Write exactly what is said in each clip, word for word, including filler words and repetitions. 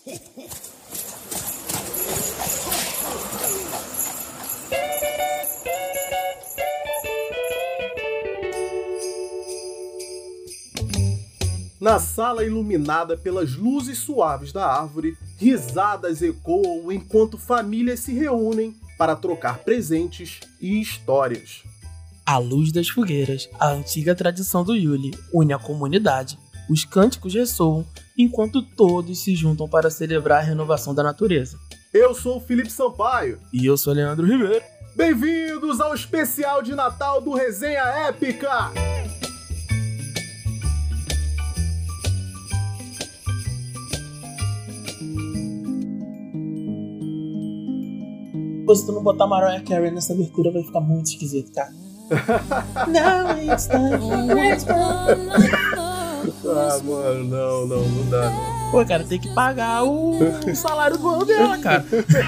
Na sala iluminada pelas luzes suaves da árvore, risadas ecoam enquanto famílias se reúnem para trocar presentes e histórias. A luz das fogueiras, a antiga tradição do Yule, une a comunidade. Os cânticos ressoam enquanto todos se juntam para celebrar a renovação da natureza. Eu sou o Felipe Sampaio. E eu sou o Leandro Ribeiro. Bem-vindos ao especial de Natal do Resenha Épica! Se tu não botar Mariah Carey nessa abertura, vai ficar muito esquisito, cara. Não, it's Ah, mano, não, não, não dá, não. Pô, cara, tem que pagar o, o salário do ano dela, cara.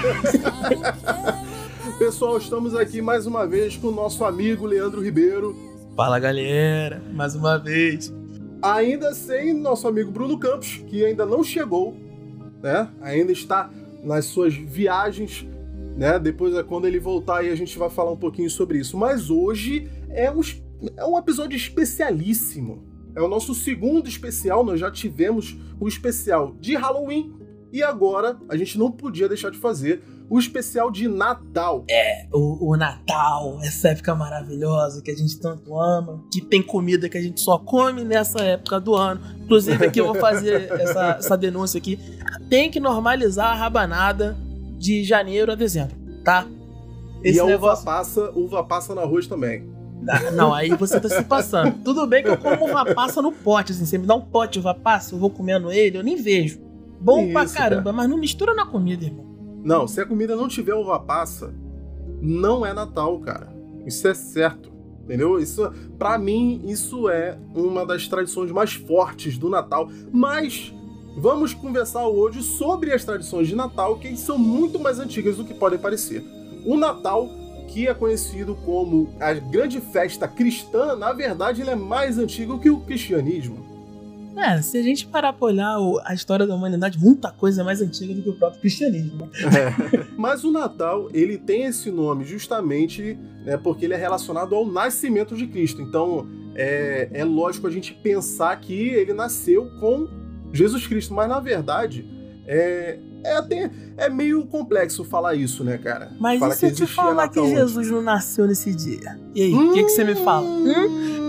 Pessoal, estamos aqui mais uma vez com o nosso amigo Leandro Ribeiro. Fala, galera, mais uma vez. Ainda sem nosso amigo Bruno Campos, que ainda não chegou, né? Ainda está nas suas viagens, né? Depois, quando ele voltar, aí a gente vai falar um pouquinho sobre isso. Mas hoje é um, é um episódio especialíssimo. É o nosso segundo especial. Nós já tivemos o especial de Halloween e agora a gente não podia deixar de fazer o especial de Natal. É, o, o Natal, essa época maravilhosa que a gente tanto ama, que tem comida que a gente só come nessa época do ano. Inclusive aqui eu vou fazer essa, essa denúncia aqui. Tem que normalizar a rabanada de janeiro a dezembro, tá? Esse e a negócio... uva passa, uva passa no arroz também. Ah, não, aí você tá se passando. Tudo bem que eu como uva passa no pote, assim, você me dá um pote de uva passa, eu vou comendo ele, eu nem vejo. Bom Isso, pra caramba, cara. Mas não mistura na comida, irmão. Não, se a comida não tiver uva passa, não é Natal, cara. Isso é certo, entendeu? Isso, pra mim, isso é uma das tradições mais fortes do Natal, mas vamos conversar hoje sobre as tradições de Natal, que são muito mais antigas do que podem parecer. O Natal, que é conhecido como a grande festa cristã, na verdade ele é mais antigo que o cristianismo. É, se a gente parar pra olhar a história da humanidade, muita coisa é mais antiga do que o próprio cristianismo. É. Mas o Natal, ele tem esse nome justamente, né, porque ele é relacionado ao nascimento de Cristo. Então, é, é lógico a gente pensar que ele nasceu com Jesus Cristo, mas na verdade é, é até é meio complexo falar isso, né, cara? Mas Fala e se eu te falar que Jesus não nasceu nesse dia? E aí, o hum, que, que você me fala? Hum?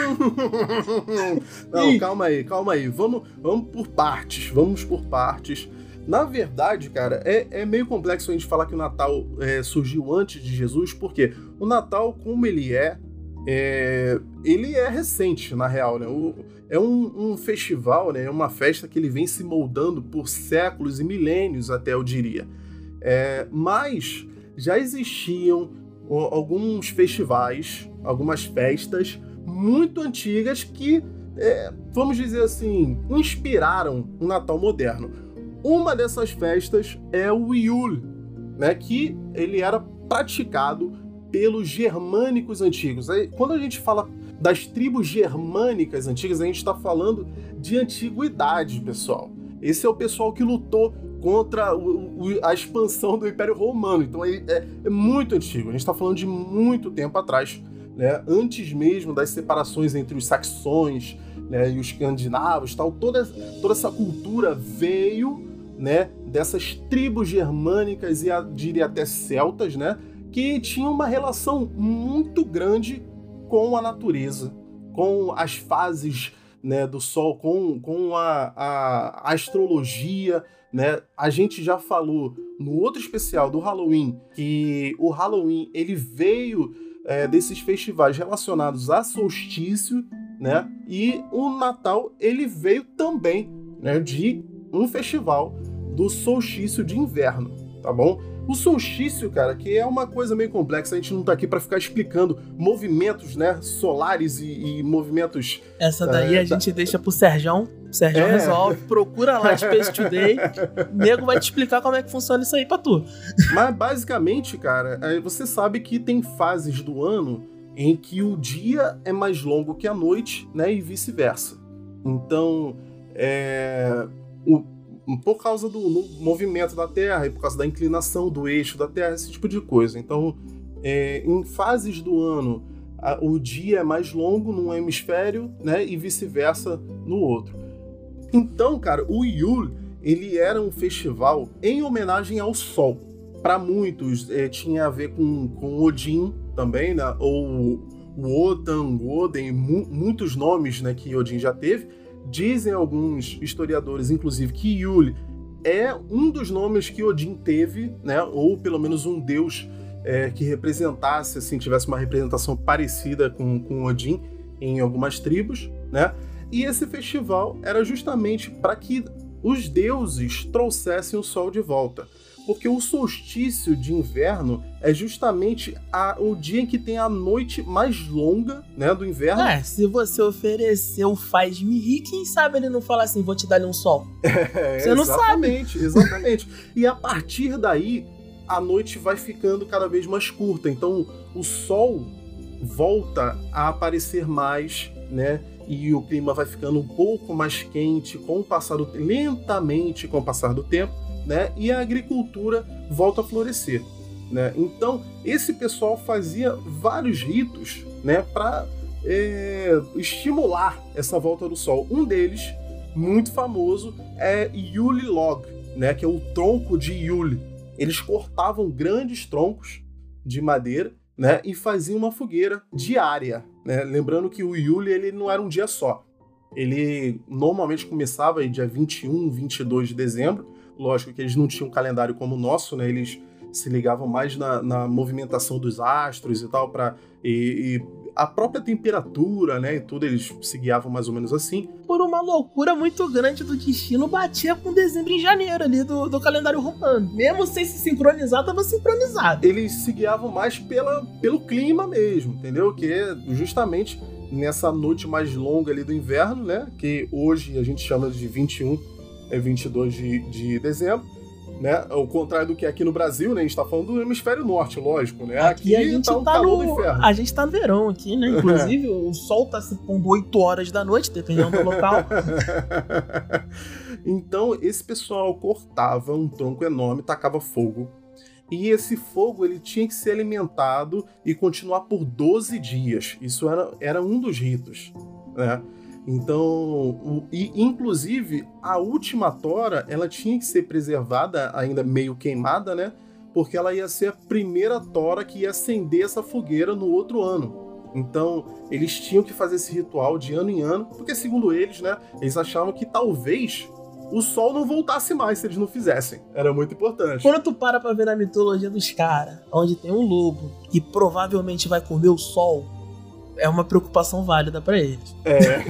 Não, calma aí, calma aí. Vamos, vamos por partes, vamos por partes. Na verdade, cara, é, é meio complexo a gente falar que o Natal é, surgiu antes de Jesus, porque o Natal, como ele é, É, ele é recente, na real, né? O, é um, um festival, né? É uma festa que ele vem se moldando por séculos e milênios, até eu diria. É, mas já existiam alguns festivais, algumas festas muito antigas que, é, vamos dizer assim, inspiraram o Natal moderno. Uma dessas festas é o Yule, né? Que ele era praticado pelos germânicos antigos. Aí, quando a gente fala das tribos germânicas antigas, a gente está falando de antiguidade, pessoal. Esse é o pessoal que lutou contra o, o, a expansão do Império Romano. Então é, é, é muito antigo. A gente está falando de muito tempo atrás, né? Antes mesmo das separações entre os saxões, né, e os escandinavos, tal. Toda, toda essa cultura veio, né, dessas tribos germânicas e, a, diria até celtas, né, que tinha uma relação muito grande com a natureza, com as fases, né, do Sol, com, com a, a astrologia, né? A gente já falou no outro especial do Halloween que o Halloween ele veio é, desses festivais relacionados a solstício, né? E o Natal ele veio também, né, de um festival do solstício de inverno, tá bom? O solstício, cara, que é uma coisa meio complexa, a gente não tá aqui pra ficar explicando movimentos, né, solares e, e movimentos... Essa daí é, a gente da... deixa pro Serjão, o Serjão é. resolve, procura lá Space Today, o nego vai te explicar como é que funciona isso aí pra tu. Mas basicamente, cara, você sabe que tem fases do ano em que o dia é mais longo que a noite, né, e vice-versa. Então, é... o por causa do movimento da Terra e por causa da inclinação do eixo da Terra, esse tipo de coisa. Então, é, em fases do ano, a, o dia é mais longo num hemisfério, né, e vice-versa no outro. Então, cara, o Yule, ele era um festival em homenagem ao Sol. Para muitos, é, tinha a ver com, com Odin também, né, ou Wotan, Woden, mu muitos nomes, né, que Odin já teve. Dizem alguns historiadores, inclusive, que Yule é um dos nomes que Odin teve, né, ou pelo menos um deus é, que representasse, assim, tivesse uma representação parecida com, com Odin em algumas tribos, né? E esse festival era justamente para que os deuses trouxessem o sol de volta. Porque o solstício de inverno é justamente a, o dia em que tem a noite mais longa, né, do inverno. É, se você oferecer o faz-me rir, quem sabe ele não fala assim, vou te dar um sol. É, você não exatamente, sabe. Exatamente. E a partir daí, a noite vai ficando cada vez mais curta. Então, o sol volta a aparecer mais, né? E o clima vai ficando um pouco mais quente com o passar do lentamente com o passar do tempo. Né? E a agricultura volta a florescer, né? Então, esse pessoal fazia vários ritos, né, para é, estimular essa volta do sol. Um deles, muito famoso, é Yule Log, né, que é o tronco de Yule. Eles cortavam grandes troncos de madeira, né, e faziam uma fogueira diária, né? Lembrando que o Yule ele não era um dia só. Ele normalmente começava aí dia vinte e um, vinte e dois de dezembro. Lógico que eles não tinham um calendário como o nosso, né? Eles se ligavam mais na, na movimentação dos astros e tal, pra, e, e a própria temperatura, né? E tudo, eles se guiavam mais ou menos assim. Por uma loucura muito grande do destino, batia com dezembro e janeiro ali do, do calendário romano. Mesmo sem se sincronizar, tava sincronizado. Eles se guiavam mais pela, pelo clima mesmo, entendeu? Que é justamente nessa noite mais longa ali do inverno, né? Que hoje a gente chama de vinte e um, é vinte e dois de, de dezembro, né? Ao contrário do que é aqui no Brasil, né? A gente tá falando do hemisfério norte, lógico, né? Aqui, aqui a gente tá um tá calor no... do inferno. A gente tá no verão aqui, né? Inclusive, o sol tá se pondo oito horas da noite, dependendo do local. Então, esse pessoal cortava um tronco enorme, tacava fogo. E esse fogo ele tinha que ser alimentado e continuar por doze dias. Isso era, era um dos ritos, né? Então, o, e, inclusive, a última tora, ela tinha que ser preservada, ainda meio queimada, né? Porque ela ia ser a primeira tora que ia acender essa fogueira no outro ano. Então, eles tinham que fazer esse ritual de ano em ano, porque, segundo eles, né? Eles achavam que talvez o sol não voltasse mais se eles não fizessem. Era muito importante. Quando tu para pra ver na mitologia dos caras, onde tem um lobo que provavelmente vai comer o sol, é uma preocupação válida pra eles. É.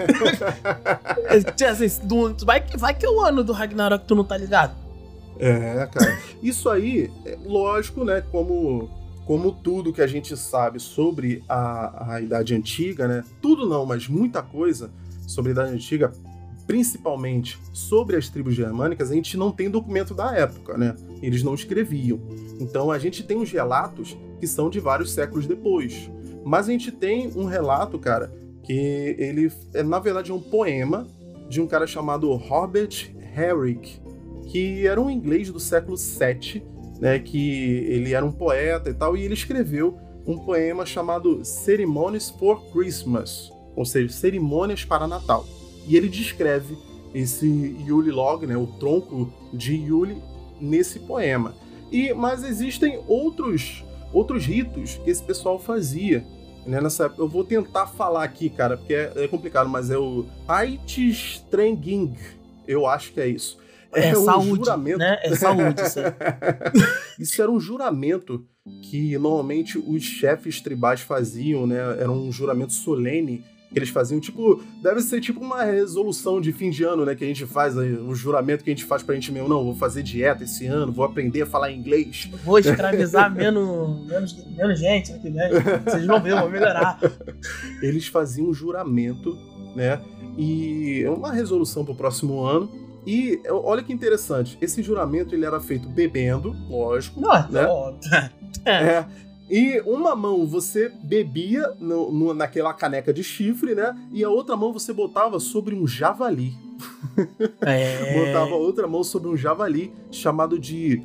assim, vai, vai que é o ano do Ragnarok, tu não tá ligado? É, cara. Isso aí, é lógico, né? Como, como tudo que a gente sabe sobre a, a Idade Antiga, né? Tudo não, mas muita coisa sobre a Idade Antiga, principalmente sobre as tribos germânicas, a gente não tem documento da época, né? Eles não escreviam. Então a gente tem os relatos que são de vários séculos depois. Mas a gente tem um relato, cara, que ele é, na verdade, um poema de um cara chamado Robert Herrick, que era um inglês do século sete, né, que ele era um poeta e tal, e ele escreveu um poema chamado Ceremonies for Christmas, ou seja, cerimônias para Natal. E ele descreve esse Yule Log, né, o tronco de Yule, nesse poema. E, mas existem outros... outros ritos que esse pessoal fazia, né, nessa época. Eu vou tentar falar aqui, cara, porque é, é complicado, mas é o Aitstrenging, eu acho que é isso. É, é um saúde, juramento, né? É saúde, isso aí. Isso era um juramento que normalmente os chefes tribais faziam, né? Era um juramento solene que eles faziam, tipo, deve ser tipo uma resolução de fim de ano, né, que a gente faz, o juramento que a gente faz pra gente mesmo, não, vou fazer dieta esse ano, vou aprender a falar inglês. Vou escravizar menos, menos, menos gente aqui, né? Vocês vão ver, eu vou melhorar. Eles faziam um juramento, né, e uma resolução pro próximo ano, e olha que interessante, esse juramento ele era feito bebendo, lógico, não, né? Não. É. E uma mão você bebia no, no, naquela caneca de chifre, né? E a outra mão você botava sobre um javali. É... Botava outra mão sobre um javali chamado de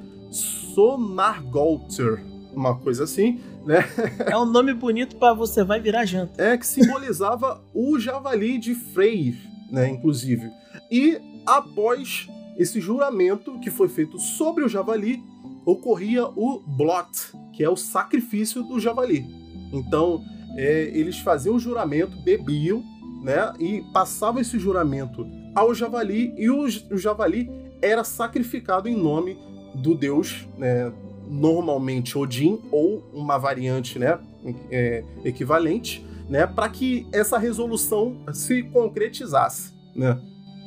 Sonargolter, uma coisa assim, né? É um nome bonito pra você vai virar janta. É, que simbolizava o javali de Freyr, né, inclusive. E após esse juramento que foi feito sobre o javali, ocorria o Blot, que é o sacrifício do javali. Então, é, eles faziam o juramento, bebiam, né, e passavam esse juramento ao javali, e o, o javali era sacrificado em nome do deus, né, normalmente Odin, ou uma variante, né, é, equivalente, né, para que essa resolução se concretizasse, né.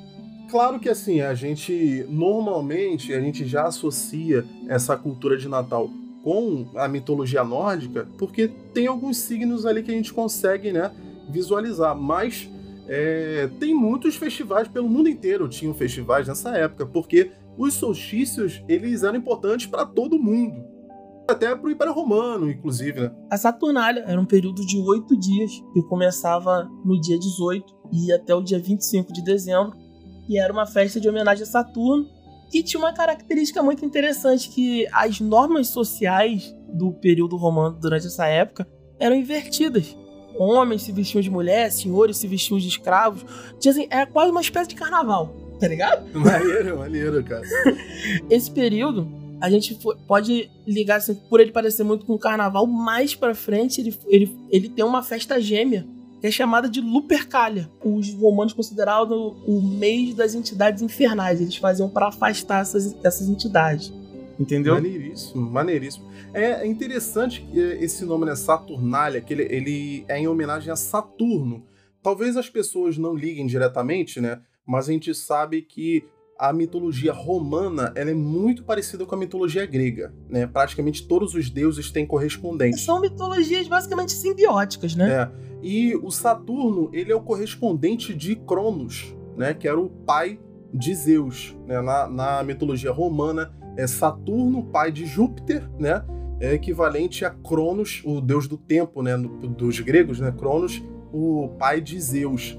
Claro que assim, a gente, normalmente, a gente já associa essa cultura de Natal com a mitologia nórdica, porque tem alguns signos ali que a gente consegue, né, visualizar, mas é, tem muitos festivais pelo mundo inteiro, tinham festivais nessa época, porque os solstícios, eles eram importantes para todo mundo, até para o Império Romano, inclusive, né? A Saturnália era um período de oito dias, que começava no dia dezoito e ia até o dia vinte e cinco de dezembro, e era uma festa de homenagem a Saturno, que tinha uma característica muito interessante, que as normas sociais do período romano durante essa época eram invertidas. Homens se vestiam de mulher, senhores se vestiam de escravos. Dizem, é quase uma espécie de carnaval, tá ligado? Maneiro, maneiro, cara. Esse período, a gente pode ligar, assim, por ele parecer muito com o carnaval, mais pra frente ele, ele, ele tem uma festa gêmea, que é chamada de Lupercalia. Os romanos consideravam o mês das entidades infernais. Eles faziam para afastar essas, essas entidades. Entendeu? Maneiríssimo, maneiríssimo. É interessante que esse nome, né, Saturnália, que ele, ele é em homenagem a Saturno. Talvez as pessoas não liguem diretamente, né? Mas a gente sabe que a mitologia romana, ela é muito parecida com a mitologia grega, né? Praticamente todos os deuses têm correspondentes. São mitologias basicamente simbióticas, né? É. E o Saturno, ele é o correspondente de Cronos, né? Que era o pai de Zeus, né? Na, na mitologia romana, é Saturno, pai de Júpiter, né? É equivalente a Cronos, o deus do tempo, né? Dos gregos, né? Cronos, o pai de Zeus.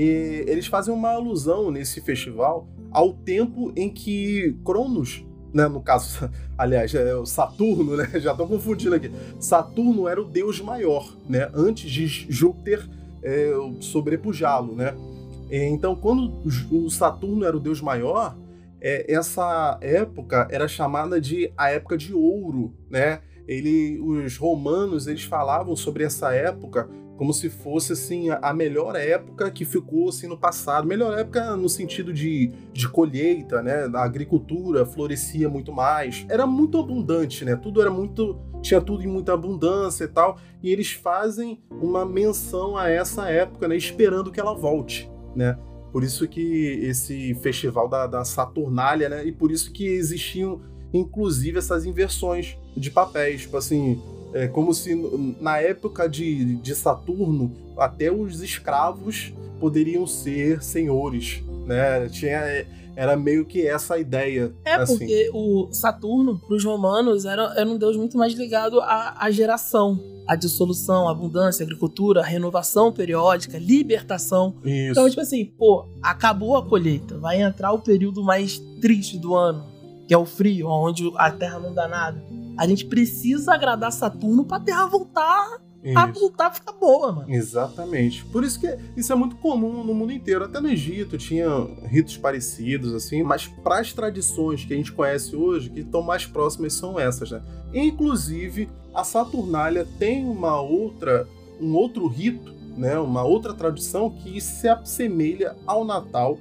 E eles fazem uma alusão nesse festival ao tempo em que Cronos, né, no caso, aliás, é o Saturno, né, já estou confundindo aqui, Saturno era o deus maior, né, antes de Júpiter é, sobrepujá-lo, né. Então, quando o Saturno era o deus maior, é, essa época era chamada de a época de ouro, né. Ele, os romanos, eles falavam sobre essa época como se fosse, assim, a melhor época que ficou, assim, no passado. Melhor época no sentido de, de colheita, né? A agricultura florescia muito mais. Era muito abundante, né? Tudo era muito... Tinha tudo em muita abundância e tal. E eles fazem uma menção a essa época, né? Esperando que ela volte, né? Por isso que esse festival da, da Saturnália, né? E por isso que existiam, inclusive, essas inversões de papéis. Tipo assim... É como se na época de, de Saturno até os escravos poderiam ser senhores, né? Tinha, era meio que essa a ideia. É, assim. Porque o Saturno, para os romanos, era, era um deus muito mais ligado à, à geração, à dissolução, à abundância, à agricultura, à renovação periódica, libertação. Isso. Então, tipo assim, pô, acabou a colheita, vai entrar o período mais triste do ano, que é o frio, onde a terra não dá nada. A gente precisa agradar Saturno pra Terra voltar isso. a voltar a ficar boa, mano. Exatamente. Por isso que isso é muito comum no mundo inteiro. Até no Egito tinha ritos parecidos, assim, mas para as tradições que a gente conhece hoje, que estão mais próximas, são essas, né? Inclusive, a Saturnália tem uma outra, um outro rito, né? Uma outra tradição que se assemelha ao Natal,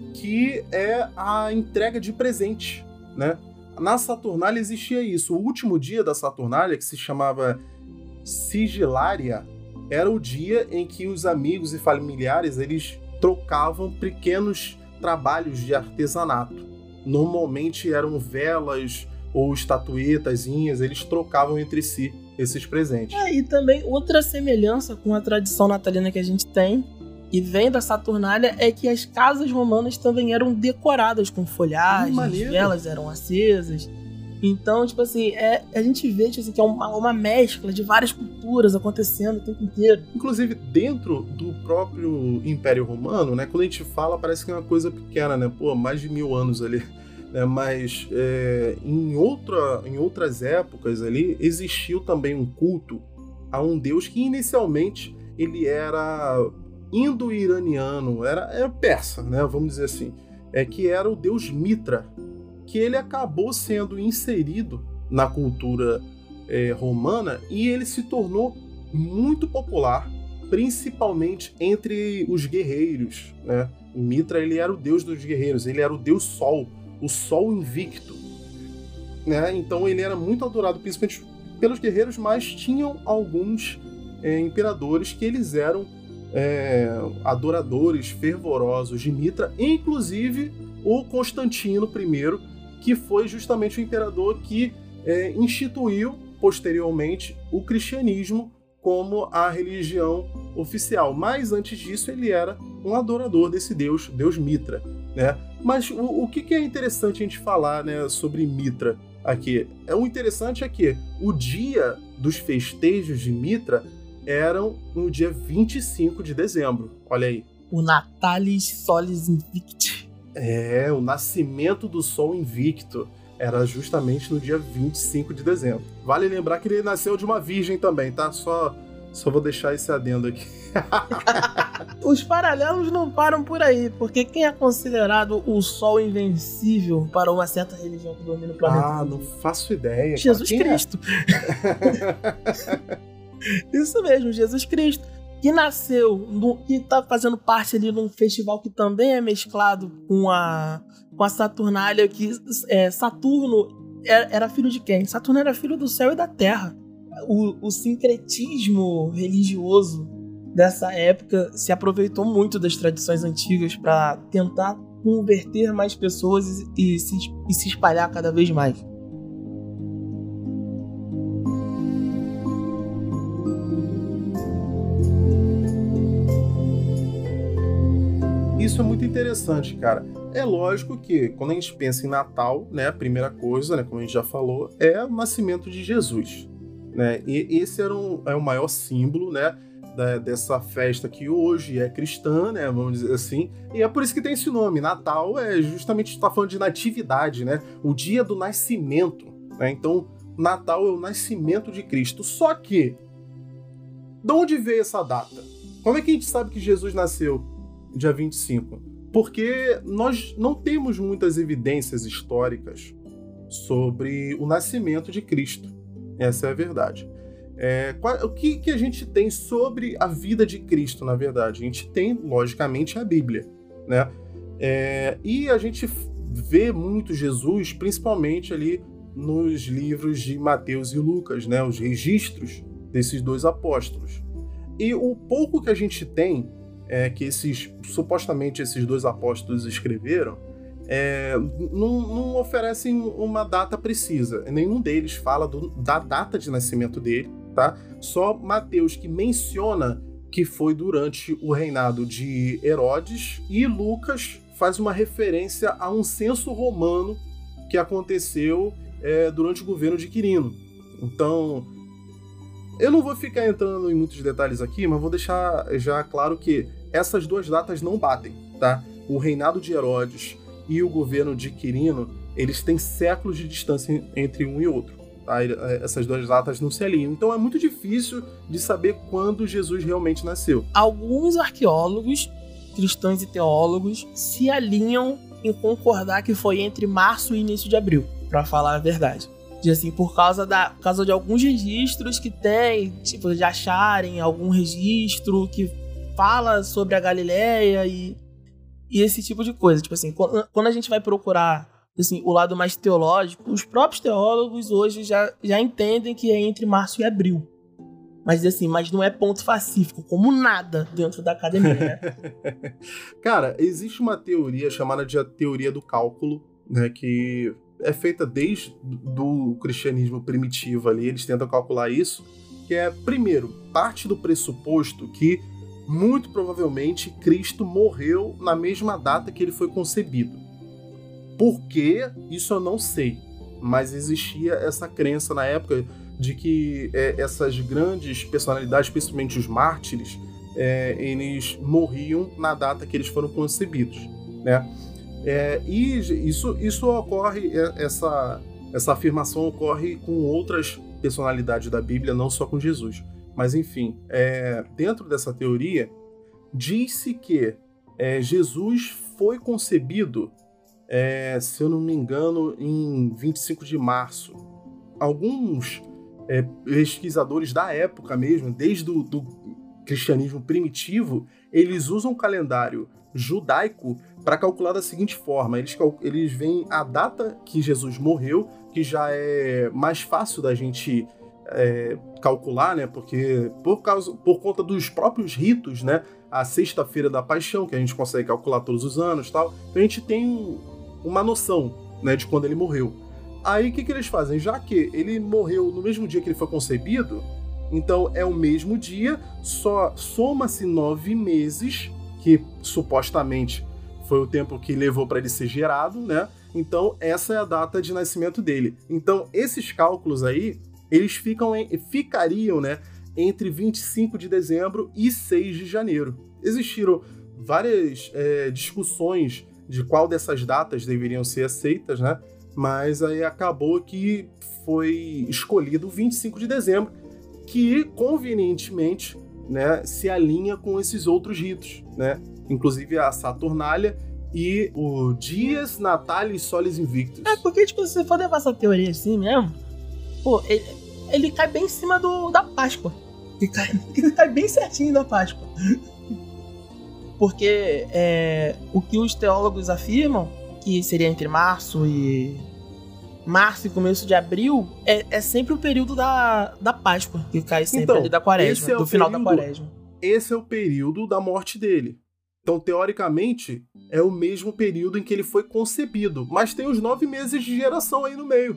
que é a entrega de presente, né? Na Saturnália existia isso. O último dia da Saturnália, que se chamava Sigilária, era o dia em que os amigos e familiares eles trocavam pequenos trabalhos de artesanato. Normalmente eram velas ou estatuetazinhas, eles trocavam entre si esses presentes. É, e também outra semelhança com a tradição natalina que a gente tem, e vem da Saturnália, é que as casas romanas também eram decoradas com folhagens, as velas eram acesas. Então, tipo assim, é, a gente vê tipo assim, que é uma, uma mescla de várias culturas acontecendo o tempo inteiro. Inclusive, dentro do próprio Império Romano, né? Quando a gente fala, parece que é uma coisa pequena, né? Pô, mais de mil anos ali. Né? Mas é, em, outra, em outras épocas ali, existiu também um culto a um deus que inicialmente ele era indo-iraniano, era, era persa, né? Vamos dizer assim. É, que era o deus Mitra, que ele acabou sendo inserido na cultura é, romana e ele se tornou muito popular, principalmente entre os guerreiros, né? O Mitra, ele era o deus dos guerreiros, ele era o deus Sol, o Sol invicto, né? Então ele era muito adorado, principalmente pelos guerreiros, mas tinham alguns é, imperadores que eles eram é, adoradores fervorosos de Mitra, inclusive o Constantino primeiro, que foi justamente o imperador que é, instituiu posteriormente o cristianismo como a religião oficial. Mas antes disso ele era um adorador desse deus, Deus Mitra, né? Mas o, o que é interessante a gente falar, né, sobre Mitra aqui? É, o interessante é que o dia dos festejos de Mitra eram no dia vinte e cinco de dezembro. Olha aí. O Natalis Solis Invicti. É, o nascimento do Sol Invicto era justamente no dia vinte e cinco de dezembro. Vale lembrar que ele nasceu de uma virgem também, tá? Só, só vou deixar esse adendo aqui. Os paralelos não param por aí, porque quem é considerado o Sol invencível para uma certa religião que domina o planeta? Ah, não faço ideia. Jesus cara. Cristo. É? Isso mesmo, Jesus Cristo. Que nasceu, no, que tá fazendo parte ali num festival que também é mesclado com a, com a Saturnália, que é, Saturno era, era filho de quem? Saturno era filho do céu e da terra. O, o sincretismo religioso dessa época se aproveitou muito das tradições antigas para tentar converter mais pessoas e, e, se, e se espalhar cada vez mais. Isso é muito interessante, cara. É lógico que quando a gente pensa em Natal, né, a primeira coisa, né, como a gente já falou, é o nascimento de Jesus, né? E esse era um, é o maior símbolo, né, da, dessa festa que hoje é cristã, né, vamos dizer assim. E é por isso que tem esse nome. Natal é justamente está falando de natividade, né? O dia do nascimento, né? Então, Natal é o nascimento de Cristo. Só que, de onde veio essa data? Como é que a gente sabe que Jesus nasceu dia vinte e cinco? Porque nós não temos muitas evidências históricas sobre o nascimento de Cristo. Essa é a verdade. É, qual, o que, que a gente tem sobre a vida de Cristo, na verdade? A gente tem, logicamente, a Bíblia, né? É, e a gente vê muito Jesus, principalmente ali nos livros de Mateus e Lucas, né? Os registros desses dois apóstolos. E o pouco que a gente tem É, que esses, supostamente esses dois apóstolos escreveram, é, não, não oferecem uma data precisa. Nenhum deles fala do, da data de nascimento dele, tá? Só Mateus, que menciona que foi durante o reinado de Herodes, e Lucas faz uma referência a um censo romano que aconteceu é, durante o governo de Quirino. Então, eu não vou ficar entrando em muitos detalhes aqui, mas vou deixar já claro que essas duas datas não batem, tá? O reinado de Herodes e o governo de Quirino, eles têm séculos de distância entre um e outro, tá? Essas duas datas não se alinham. Então é muito difícil de saber quando Jesus realmente nasceu. Alguns arqueólogos, cristãos e teólogos se alinham em concordar que foi entre março e início de abril, para falar a verdade. De, assim, por causa, da, por causa de alguns registros que tem, tipo, de acharem algum registro que fala sobre a Galileia e, e esse tipo de coisa. Tipo assim, quando, quando a gente vai procurar assim, o lado mais teológico, os próprios teólogos hoje já, já entendem que é entre março e abril. Mas assim, mas não é ponto pacífico, como nada dentro da academia, né? Cara, existe uma teoria chamada de a teoria do cálculo, né, que é feita desde do cristianismo primitivo ali, eles tentam calcular isso, que é, primeiro, parte do pressuposto que muito provavelmente Cristo morreu na mesma data que ele foi concebido. Por quê? Isso eu não sei, mas existia essa crença na época de que é, essas grandes personalidades, principalmente os mártires, é, eles morriam na data que eles foram concebidos, né? É, e isso, isso ocorre, essa, essa afirmação ocorre com outras personalidades da Bíblia, não só com Jesus. Mas enfim, é, dentro dessa teoria, diz-se que é, Jesus foi concebido, é, se eu não me engano, em vinte e cinco de março. Alguns é, pesquisadores da época mesmo, desde o do cristianismo primitivo, eles usam o calendário judaico para calcular da seguinte forma: eles, eles veem a data que Jesus morreu, que já é mais fácil da gente é, calcular, né? Porque por, causa, por conta dos próprios ritos, né? A sexta-feira da paixão, que a gente consegue calcular todos os anos e tal, então a gente tem uma noção, né, de quando ele morreu. Aí o que, que eles fazem? Já que ele morreu no mesmo dia que ele foi concebido, então é o mesmo dia, só soma-se nove meses, que supostamente foi o tempo que levou para ele ser gerado, né? Então essa é a data de nascimento dele. Então esses cálculos aí, eles ficam em, ficariam, né, entre vinte e cinco de dezembro e seis de janeiro. Existiram várias é, discussões de qual dessas datas deveriam ser aceitas, né? Mas aí acabou que foi escolhido vinte e cinco de dezembro, que convenientemente, né, se alinha com esses outros ritos, né? Inclusive a Saturnália e o Dies Natalis Solis Invictus. É, porque, tipo, se você for levar essa teoria assim mesmo, pô, ele, ele cai bem em cima do, da Páscoa. Ele cai, ele cai bem certinho da Páscoa. Porque é, o que os teólogos afirmam, que seria entre março e... março e começo de abril, é, é sempre o período da, da Páscoa, que cai sempre então, ali da quaresma, é do final período, da quaresma. Esse é o período da morte dele. Então, teoricamente, é o mesmo período em que ele foi concebido, mas tem os nove meses de geração aí no meio.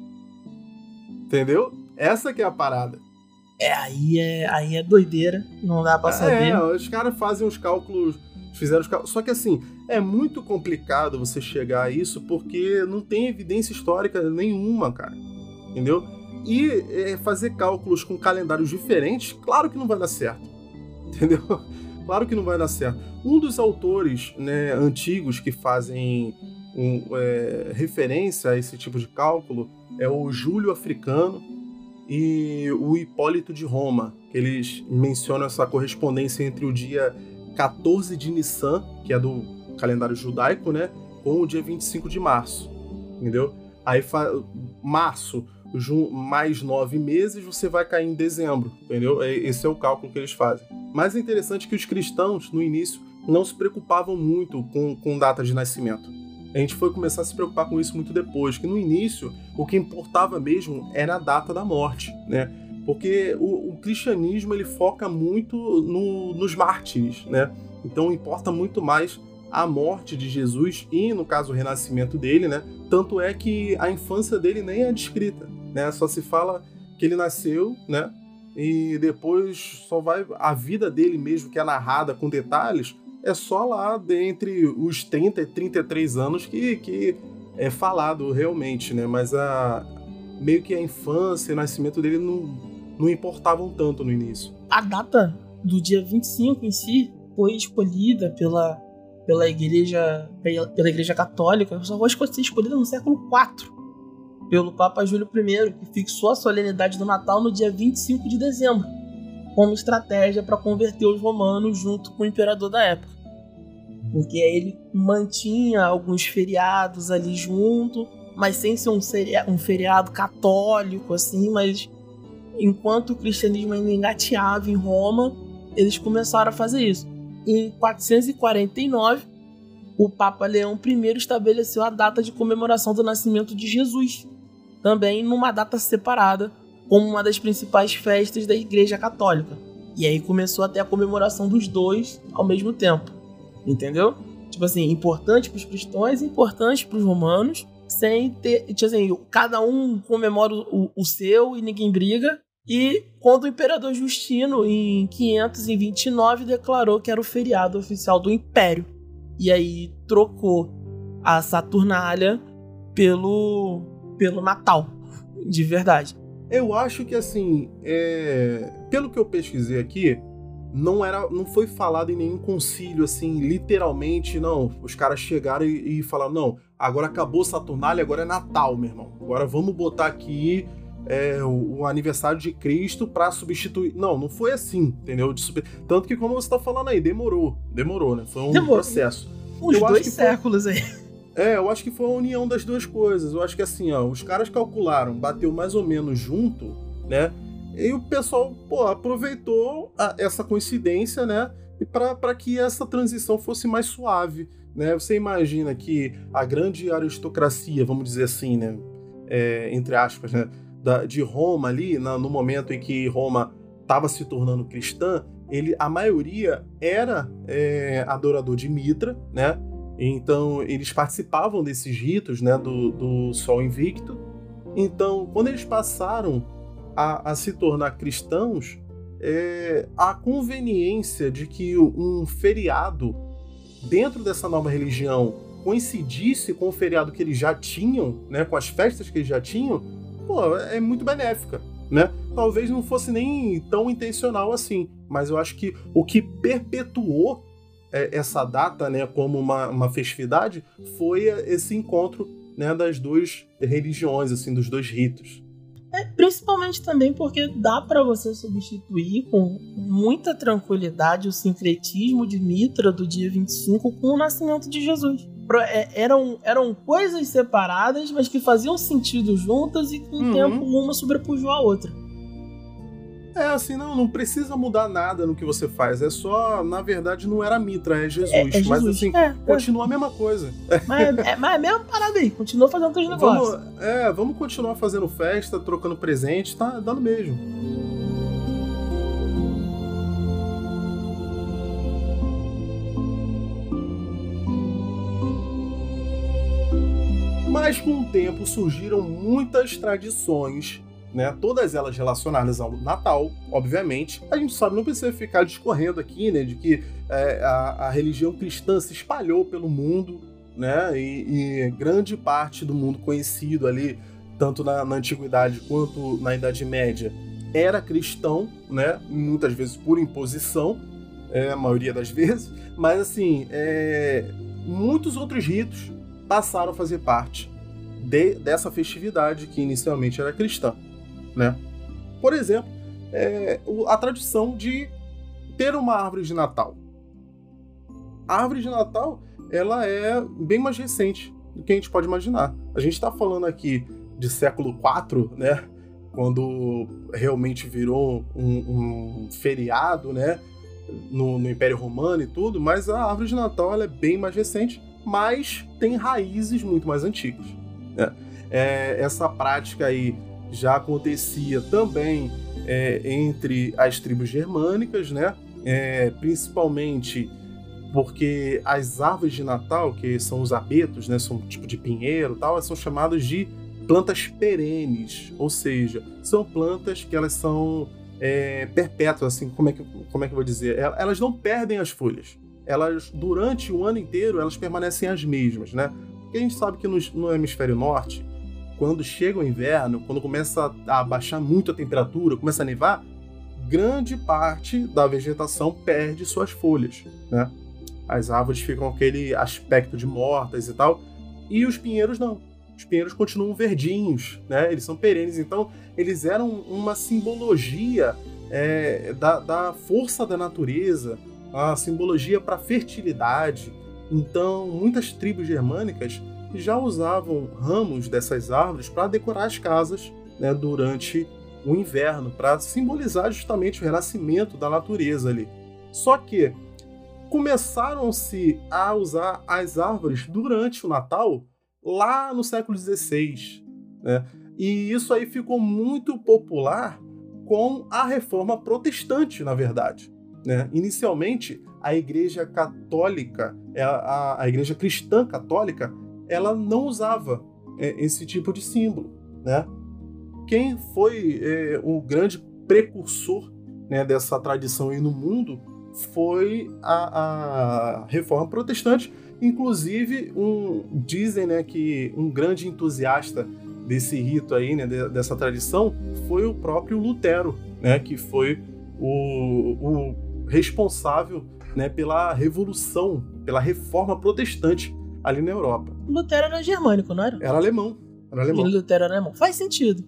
Entendeu? Essa que é a parada. É, aí é, aí é doideira, não dá pra saber. É, os caras fazem os cálculos, fizeram os cálculos, só que assim, é muito complicado você chegar a isso porque não tem evidência histórica nenhuma, cara, entendeu? E é, fazer cálculos com calendários diferentes, claro que não vai dar certo, entendeu? Claro que não vai dar certo. Um dos autores, né, antigos que fazem um, é, referência a esse tipo de cálculo é o Júlio Africano e o Hipólito de Roma. Eles mencionam essa correspondência entre o dia quatorze de Nissan, que é do calendário judaico, né, com o dia vinte e cinco de março, entendeu? Aí, março, mais nove meses, você vai cair em dezembro, entendeu? Esse é o cálculo que eles fazem. Mas é interessante que os cristãos, no início, não se preocupavam muito com, com data de nascimento. A gente foi começar a se preocupar com isso muito depois, que no início, o que importava mesmo era a data da morte, né? Porque o, o cristianismo, ele foca muito no, nos mártires, né? Então importa muito mais a morte de Jesus e, no caso, o renascimento dele, né? Tanto é que a infância dele nem é descrita, né? Só se fala que ele nasceu, né? E depois só vai... A vida dele mesmo, que é narrada com detalhes, é só lá entre os trinta e trinta e três anos que, que é falado realmente, né? Mas a, meio que a infância e o nascimento dele não, não importavam tanto no início. A data do dia vinte e cinco em si foi escolhida pela, pela, igreja, pela, pela igreja católica, só foi ser escolhida no século quatro, pelo Papa Júlio I, que fixou a solenidade do Natal no dia vinte e cinco de dezembro, como estratégia para converter os romanos junto com o imperador da época. Porque aí ele mantinha alguns feriados ali junto, mas sem ser um, seria- um feriado católico, assim, mas enquanto o cristianismo ainda engateava em Roma, eles começaram a fazer isso. Em quatrocentos e quarenta e nove, o Papa Leão I estabeleceu a data de comemoração do nascimento de Jesus, também numa data separada, como uma das principais festas da Igreja Católica. E aí começou até a comemoração dos dois ao mesmo tempo. Entendeu? Tipo assim, importante para os cristãos, importante para os romanos, sem ter... Tipo assim, cada um comemora o, o seu e ninguém briga. E quando o imperador Justino, em quinhentos e vinte e nove, declarou que era o feriado oficial do Império. E aí trocou a Saturnália pelo... pelo Natal, de verdade. Eu acho que, assim, é... pelo que eu pesquisei aqui, não, era, não foi falado em nenhum concílio, assim, literalmente, não. Os caras chegaram e, e falaram, não, agora acabou Saturnália, agora é Natal, meu irmão. Agora vamos botar aqui é, o, o aniversário de Cristo pra substituir. Não, não foi assim, entendeu? De super... Tanto que, como você tá falando aí, demorou. Demorou, né? Foi um demorou. processo. Uns eu dois séculos foi... aí. É, eu acho que foi a união das duas coisas. Eu acho que assim, ó, os caras calcularam, bateu mais ou menos junto, né? E o pessoal, pô, aproveitou a, essa coincidência, né? Para que essa transição fosse mais suave, né? Você imagina que a grande aristocracia, vamos dizer assim, né? É, entre aspas, né? Da, de Roma ali, na, no momento em que Roma estava se tornando cristã, ele, a maioria era é, adorador de Mitra, né? Então, eles participavam desses ritos, né, do, do Sol Invicto. Então, quando eles passaram a, a se tornar cristãos, é, a conveniência de que um feriado dentro dessa nova religião coincidisse com o feriado que eles já tinham, né, com as festas que eles já tinham, pô, é muito benéfica, né? Talvez não fosse nem tão intencional assim, mas eu acho que o que perpetuou essa data, né, como uma, uma festividade, foi esse encontro, né, das duas religiões, assim, dos dois ritos. É, principalmente também porque dá para você substituir com muita tranquilidade o sincretismo de Mitra do dia vinte e cinco com o nascimento de Jesus. Eram, eram coisas separadas, mas que faziam sentido juntas e com o uhum. tempo uma sobrepujou a outra. É, assim, não, não precisa mudar nada no que você faz. É só, na verdade, não era Mitra, é Jesus. É, é Jesus. Mas, assim, é, continua é. a mesma coisa. Mas é, mas é a mesma parada aí, continua fazendo teus negócios. Vamos, é, vamos continuar fazendo festa, trocando presente, tá dando mesmo. Mas, com o tempo, surgiram muitas tradições, né, todas elas relacionadas ao Natal, obviamente. A gente sabe, não precisa ficar discorrendo aqui, né, de que é, a, a religião cristã se espalhou pelo mundo, né, e, e grande parte do mundo conhecido ali, tanto na, na Antiguidade quanto na Idade Média, era cristão, né, muitas vezes por imposição, é, a maioria das vezes, mas assim, é, muitos outros ritos passaram a fazer parte de, dessa festividade que inicialmente era cristã. Né? Por exemplo, é, a tradição de ter uma árvore de Natal. A árvore de Natal, ela é bem mais recente do que a gente pode imaginar. A gente está falando aqui de século quatro, né? Quando realmente virou um, um feriado, né? No, no Império Romano e tudo, mas a árvore de Natal ela é bem mais recente, mas tem raízes muito mais antigas. Né? É, essa prática aí já acontecia também é, entre as tribos germânicas, né? É, principalmente porque as árvores de Natal, que são os abetos, né? São um tipo de pinheiro e tal, elas são chamadas de plantas perenes, ou seja, são plantas que elas são é, perpétuas, assim, como é, que, como é que eu vou dizer? Elas não perdem as folhas. Elas, durante o ano inteiro, elas permanecem as mesmas, né? Porque a gente sabe que no, no hemisfério norte, quando chega o inverno, quando começa a baixar muito a temperatura, começa a nevar, grande parte da vegetação perde suas folhas, né? As árvores ficam com aquele aspecto de mortas e tal, e os pinheiros não. Os pinheiros continuam verdinhos, né? Eles são perenes, então eles eram uma simbologia é, da, da força da natureza, a simbologia para a fertilidade. Então, muitas tribos germânicas já usavam ramos dessas árvores para decorar as casas, né, durante o inverno, para simbolizar justamente o renascimento da natureza ali. Só que começaram-se a usar as árvores durante o Natal lá no século dezesseis, né? E isso aí ficou muito popular com a Reforma Protestante, na verdade, né? Inicialmente, a Igreja Católica, a, a Igreja Cristã Católica, ela não usava é, esse tipo de símbolo, né? Quem foi é, o grande precursor, né, dessa tradição aí no mundo foi a, a Reforma Protestante. Inclusive, um, dizem, né, que um grande entusiasta desse rito aí, né, dessa tradição, foi o próprio Lutero, né, que foi o, o responsável, né, pela revolução, pela reforma protestante ali na Europa. Lutero era germânico, não era? Era alemão. Era alemão. E Lutero era alemão. Faz sentido.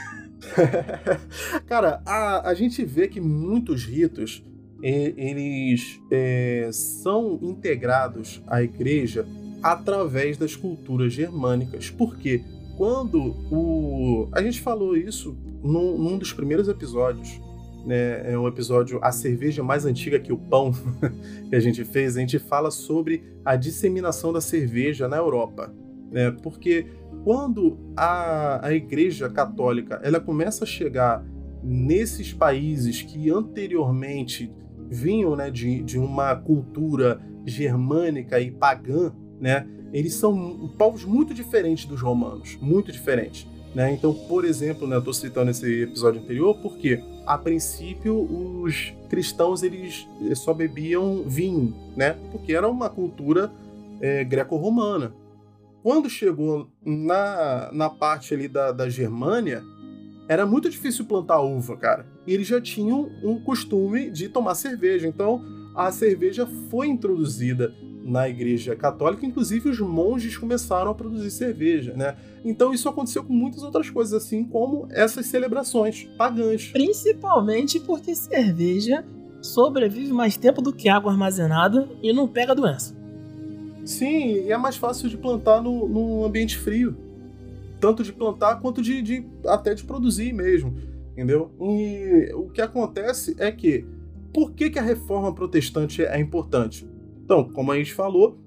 Cara, a, a gente vê que muitos ritos eles é, são integrados à igreja através das culturas germânicas. Porque quando o... A gente falou isso num, num dos primeiros episódios, né? É um episódio A Cerveja Mais Antiga que o Pão, que a gente fez. A gente fala sobre a disseminação da cerveja na Europa, né? Porque quando a, a Igreja Católica ela começa a chegar nesses países que anteriormente vinham, né, de, de uma cultura germânica e pagã, né, eles são povos muito diferentes dos romanos, muito diferentes, né? Então, por exemplo, né, eu estou citando esse episódio anterior porque, a princípio, os cristãos eles só bebiam vinho, né, porque era uma cultura é, greco-romana. Quando chegou na, na parte ali da, da Germânia, era muito difícil plantar uva, cara. E eles já tinham um costume de tomar cerveja. Então, a cerveja foi introduzida na Igreja Católica. Inclusive, os monges começaram a produzir cerveja, né? Então, isso aconteceu com muitas outras coisas, assim como essas celebrações pagãs. Principalmente porque cerveja sobrevive mais tempo do que água armazenada e não pega doença. Sim, e é mais fácil de plantar no, no ambiente frio. Tanto de plantar quanto de, de até de produzir mesmo, entendeu? E o que acontece é que, por que, que a reforma protestante é importante? Então, como a gente falou,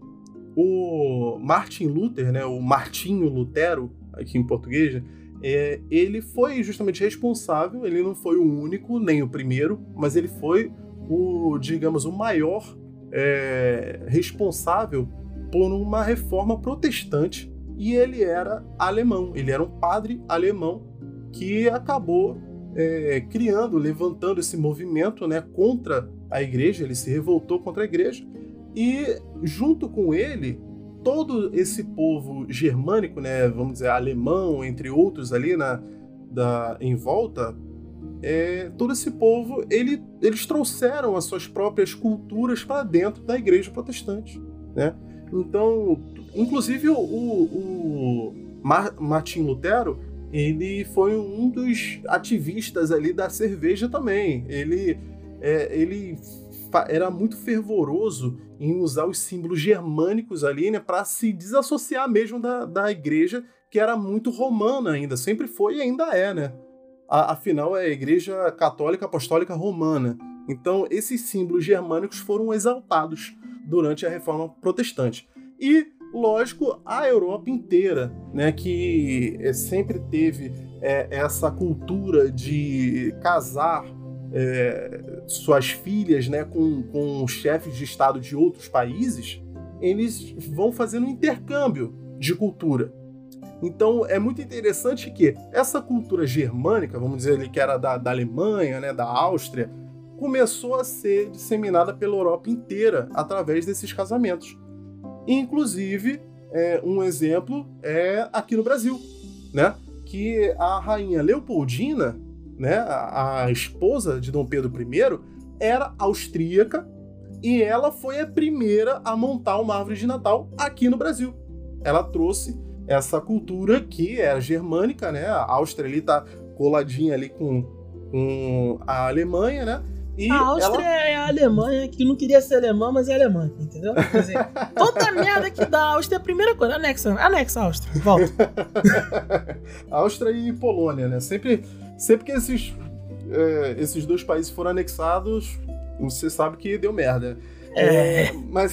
o Martin Luther, né, o Martinho Lutero, aqui em português, é, ele foi justamente responsável, ele não foi o único, nem o primeiro, mas ele foi o, digamos, o maior é, responsável por uma reforma protestante, e ele era alemão, ele era um padre alemão que acabou é, criando, levantando esse movimento, né, contra a igreja, ele se revoltou contra a igreja, e junto com ele, todo esse povo germânico, né, vamos dizer, alemão, entre outros ali na, da, em volta, é, todo esse povo, ele, eles trouxeram as suas próprias culturas para dentro da igreja protestante, né? Então, inclusive o, o Mar, Martin Lutero, ele foi um dos ativistas ali da cerveja também. Ele, é, ele era muito fervoroso em usar os símbolos germânicos ali, né, para se desassociar mesmo da, da igreja, que era muito romana ainda, sempre foi e ainda é, né? A, afinal, é a Igreja Católica Apostólica Romana. Então, esses símbolos germânicos foram exaltados durante a Reforma Protestante. E, lógico, a Europa inteira, né, que sempre teve é, essa cultura de casar é, suas filhas, né, com, com chefes de Estado de outros países, eles vão fazendo um intercâmbio de cultura. Então, é muito interessante que essa cultura germânica, vamos dizer ali que era da, da Alemanha, né, da Áustria, começou a ser disseminada pela Europa inteira através desses casamentos. Inclusive, é, um exemplo é aqui no Brasil, né? Que a rainha Leopoldina, né, a, a esposa de Dom Pedro I, era austríaca e ela foi a primeira a montar uma árvore de Natal aqui no Brasil. Ela trouxe essa cultura que era germânica, né? A Áustria ali tá coladinha ali com, com a Alemanha, né? E a Áustria ela... é a Alemanha que não queria ser alemã, mas é alemã, entendeu? Quer dizer, toda merda que dá a Áustria é a primeira coisa. Anexa, anexa a Áustria, volta. Áustria e Polônia, né? Sempre, sempre que esses, é, esses dois países foram anexados, você sabe que deu merda. É. é mas,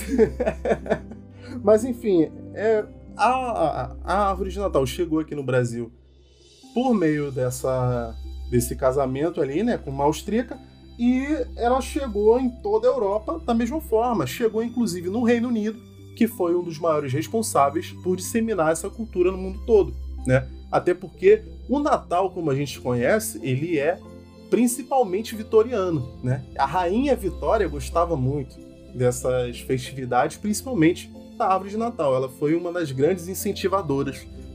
mas, enfim, é, a, a, a árvore de Natal chegou aqui no Brasil por meio dessa, desse casamento ali, né, com uma austríaca. E ela chegou em toda a Europa da mesma forma. Chegou, inclusive, no Reino Unido, que foi um dos maiores responsáveis por disseminar essa cultura no mundo todo, né? Até porque o Natal, como a gente conhece, ele é principalmente vitoriano, né? A rainha Vitória gostava muito dessas festividades, principalmente da árvore de Natal. Ela foi uma das grandes incentivadoras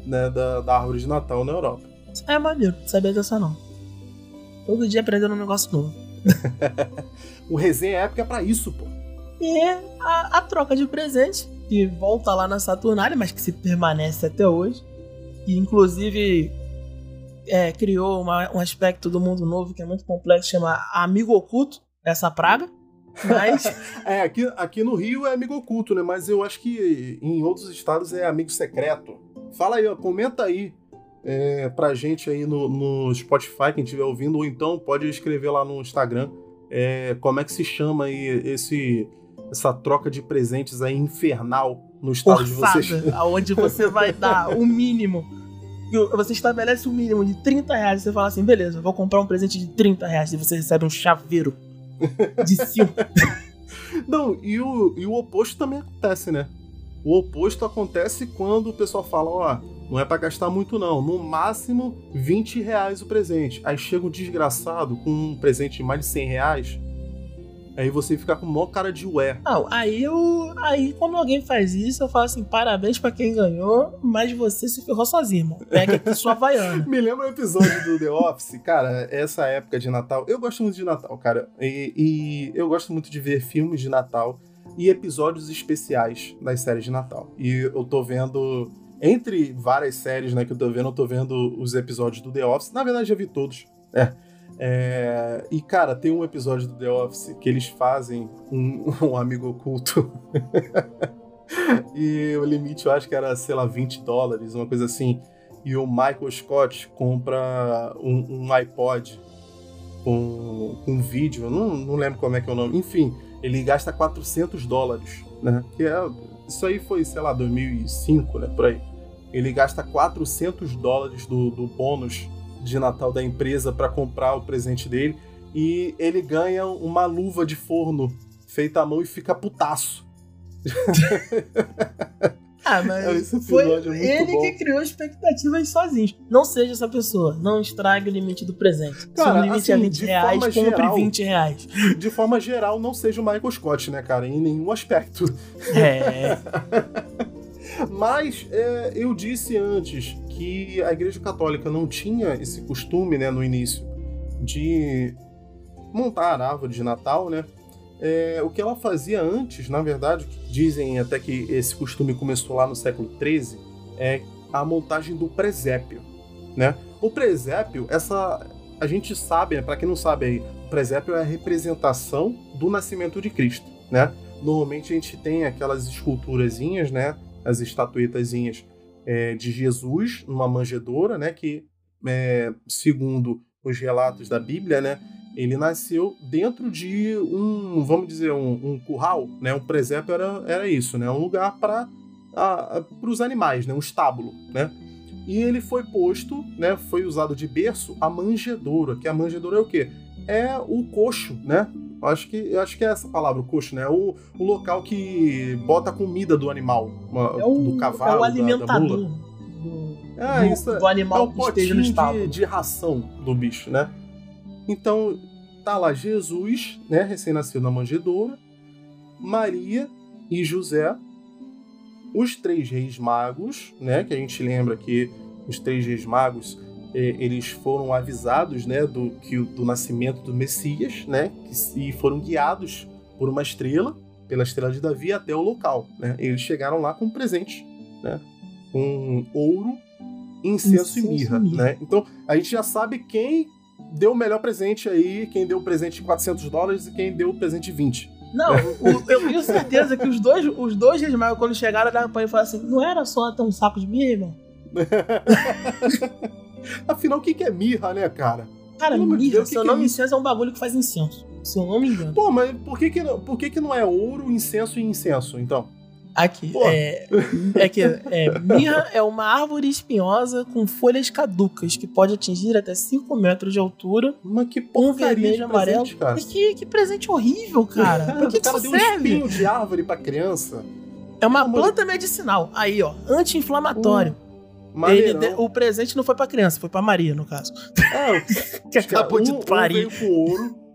né, da, da árvore de Natal na Europa. É maneiro, não sabia dessa não. Todo dia aprendendo um negócio novo. O Resenha Épica é pra isso, pô. E a, a troca de presente, que volta lá na Saturnália, mas que se permanece até hoje. E inclusive é, criou uma, um aspecto do mundo novo que é muito complexo, chama Amigo Oculto, essa praga. Mas... é, aqui, aqui no Rio é amigo oculto, né? Mas eu acho que em outros estados é amigo secreto. Fala aí, ó, comenta aí é, pra gente aí no, no Spotify, quem estiver ouvindo, ou então pode escrever lá no Instagram é, como é que se chama aí esse, essa troca de presentes aí infernal no estado Forçada, de vocês. Aonde você vai dar o mínimo. Você estabelece o mínimo de trinta reais e você fala assim, beleza, eu vou comprar um presente de trinta reais e você recebe um chaveiro de cinco. Não, e o, e o oposto também acontece, né? O oposto acontece quando o pessoal fala, ó, não é pra gastar muito não, no máximo vinte reais o presente. Aí chega um desgraçado com um presente de mais de cem reais, aí você fica com a maior cara de ué. Não, aí eu. Aí quando alguém faz isso, eu falo assim, parabéns pra quem ganhou, mas você se ferrou sozinho, irmão. Pega aqui sua Havaiana. Me lembra um episódio do The Office, cara, essa época de Natal. Eu gosto muito de Natal, cara. E, e eu gosto muito de ver filmes de Natal e episódios especiais das séries de Natal. E eu tô vendo, entre várias séries, né, que eu tô vendo, eu tô vendo os episódios do The Office. Na verdade, já vi todos. É. É, e, cara, tem um episódio do The Office que eles fazem um, um amigo oculto. E o limite, eu acho que era, sei lá, vinte dólares, uma coisa assim. E o Michael Scott compra um, um iPod com, com um vídeo, eu não, não lembro como é que é o nome. Enfim, ele gasta quatrocentos dólares, né? Que é, isso aí foi, sei lá, dois mil e cinco, né? Por aí. Ele gasta quatrocentos dólares do, do bônus de Natal da empresa para comprar o presente dele, e ele ganha uma luva de forno feita à mão e fica putaço. Ah, mas foi é ele bom. Que criou expectativas sozinho. Não seja essa pessoa, não estrague o limite do presente. Cara, se o limite assim, é vinte reais, compre geral, vinte reais. De forma geral, não seja o Michael Scott, né, cara? Em nenhum aspecto. É. Mas é, eu disse antes que a Igreja Católica não tinha esse costume, né, no início, de montar a árvore de Natal, né? É, o que ela fazia antes, na verdade, dizem até que esse costume começou lá no século treze, é a montagem do presépio, né? O presépio, essa, a gente sabe, né, para quem não sabe aí, o presépio é a representação do nascimento de Cristo, né? Normalmente a gente tem aquelas esculturazinhas, né, as estatuetazinhas é, de Jesus numa manjedoura, né, que, é, segundo os relatos da Bíblia, né, ele nasceu dentro de um, vamos dizer, um, um curral, né, um presépio era, era isso, né, um lugar para os animais, né, um estábulo, né, e ele foi posto, né, foi usado de berço a manjedoura, que a manjedoura é o quê? É o coxo, né, eu acho que, eu acho que é essa palavra, o coxo, né, o, o local que bota a comida do animal, é o, do cavalo, é o alimentador da, da mula. Do, é, do, isso do animal é o que esteja no estábulo. De, de ração do bicho, né. Então, tá lá Jesus, né, recém-nascido na manjedoura, Maria e José, os três reis magos, né, que a gente lembra que os três reis magos, eh, eles foram avisados, né, do, que, do nascimento do Messias, né, que, e foram guiados por uma estrela, pela estrela de Davi, até o local, né. Eles chegaram lá com presentes, né, com ouro, incenso, incenso e mirra, mirra, né. Então, a gente já sabe quem deu o melhor presente aí, quem deu o presente de quatrocentos dólares e quem deu o presente de vinte. Não, o, eu tenho certeza que os dois, os dois reis magos, quando chegaram, olharam pra ele e falaram assim, não era só até um saco de mirra, irmão? Afinal, o que, que é mirra, né, cara? Cara, Pelo mirra, Deus, se eu que não que me é incenso, é um bagulho que faz incenso. Se eu não me engano. Pô, mas por que que, por que, que não é ouro, incenso e incenso, então? Aqui, é, é que é, mirra é uma árvore espinhosa com folhas caducas que pode atingir até cinco metros de altura. Mas que um vermelho e amarelo. Cara. Que, que presente horrível, cara. Por que, que cara isso deu serve? Um espinho de árvore pra criança. É uma planta medicinal. Aí, ó, anti-inflamatório. Uh, Ele, o presente não foi pra criança, foi pra Maria, no caso. É, que acabou um, de parir. Um veio com ouro,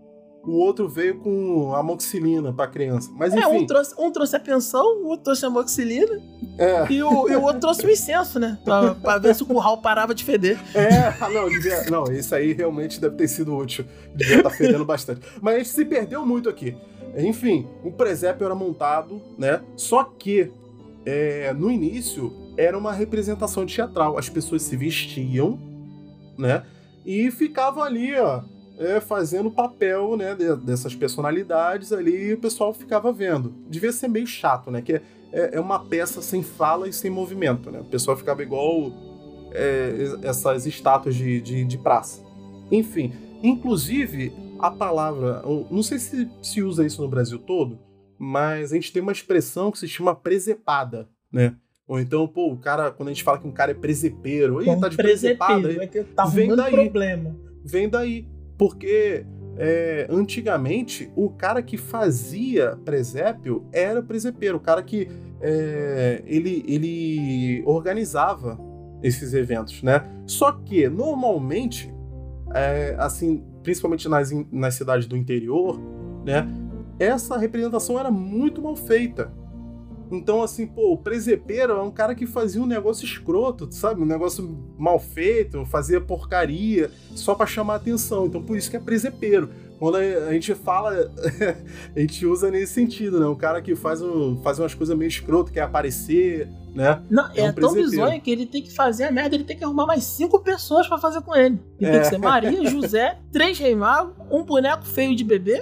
o outro veio com amoxicilina pra criança. Mas enfim. É, um trouxe, um trouxe a pensão, o outro trouxe a amoxicilina. É. E, o, e o outro trouxe o incenso, né? Pra, pra ver se o curral parava de feder. É, não, devia, não, isso aí realmente deve ter sido útil. Devia estar fedendo bastante. Mas a gente se perdeu muito aqui. Enfim, o presépio era montado, né? Só que é, no início era uma representação teatral. As pessoas se vestiam, né? E ficavam ali, ó, é, fazendo o papel, né, dessas personalidades ali, e o pessoal ficava vendo. Devia ser meio chato, né? Que é, é uma peça sem fala e sem movimento, né? O pessoal ficava igual é, essas estátuas de, de, de praça. Enfim, inclusive a palavra, não sei se se usa isso no Brasil todo, mas a gente tem uma expressão que se chama presepada, né? Ou então, pô, o cara, quando a gente fala que um cara é presepeiro, aí tá de presepada, é que tá vem daí, problema. Vem daí, porque é, antigamente o cara que fazia presépio era o presepeiro, o cara que é, ele, ele organizava esses eventos, né? Só que, normalmente, é, assim, principalmente nas, nas cidades do interior, né, essa representação era muito mal feita. Então, assim, pô, o presepeiro é um cara que fazia um negócio escroto, sabe? Um negócio mal feito, fazia porcaria, só pra chamar atenção. Então, por isso que é presepeiro. Quando a gente fala, a gente usa nesse sentido, né? Um cara que faz, um, faz umas coisas meio escroto, quer aparecer, né? Não, é, é um tão bizonho que ele tem que fazer a merda, ele tem que arrumar mais cinco pessoas pra fazer com ele. Ele é. tem que ser Maria, José, três Rei Mago, um boneco feio de bebê.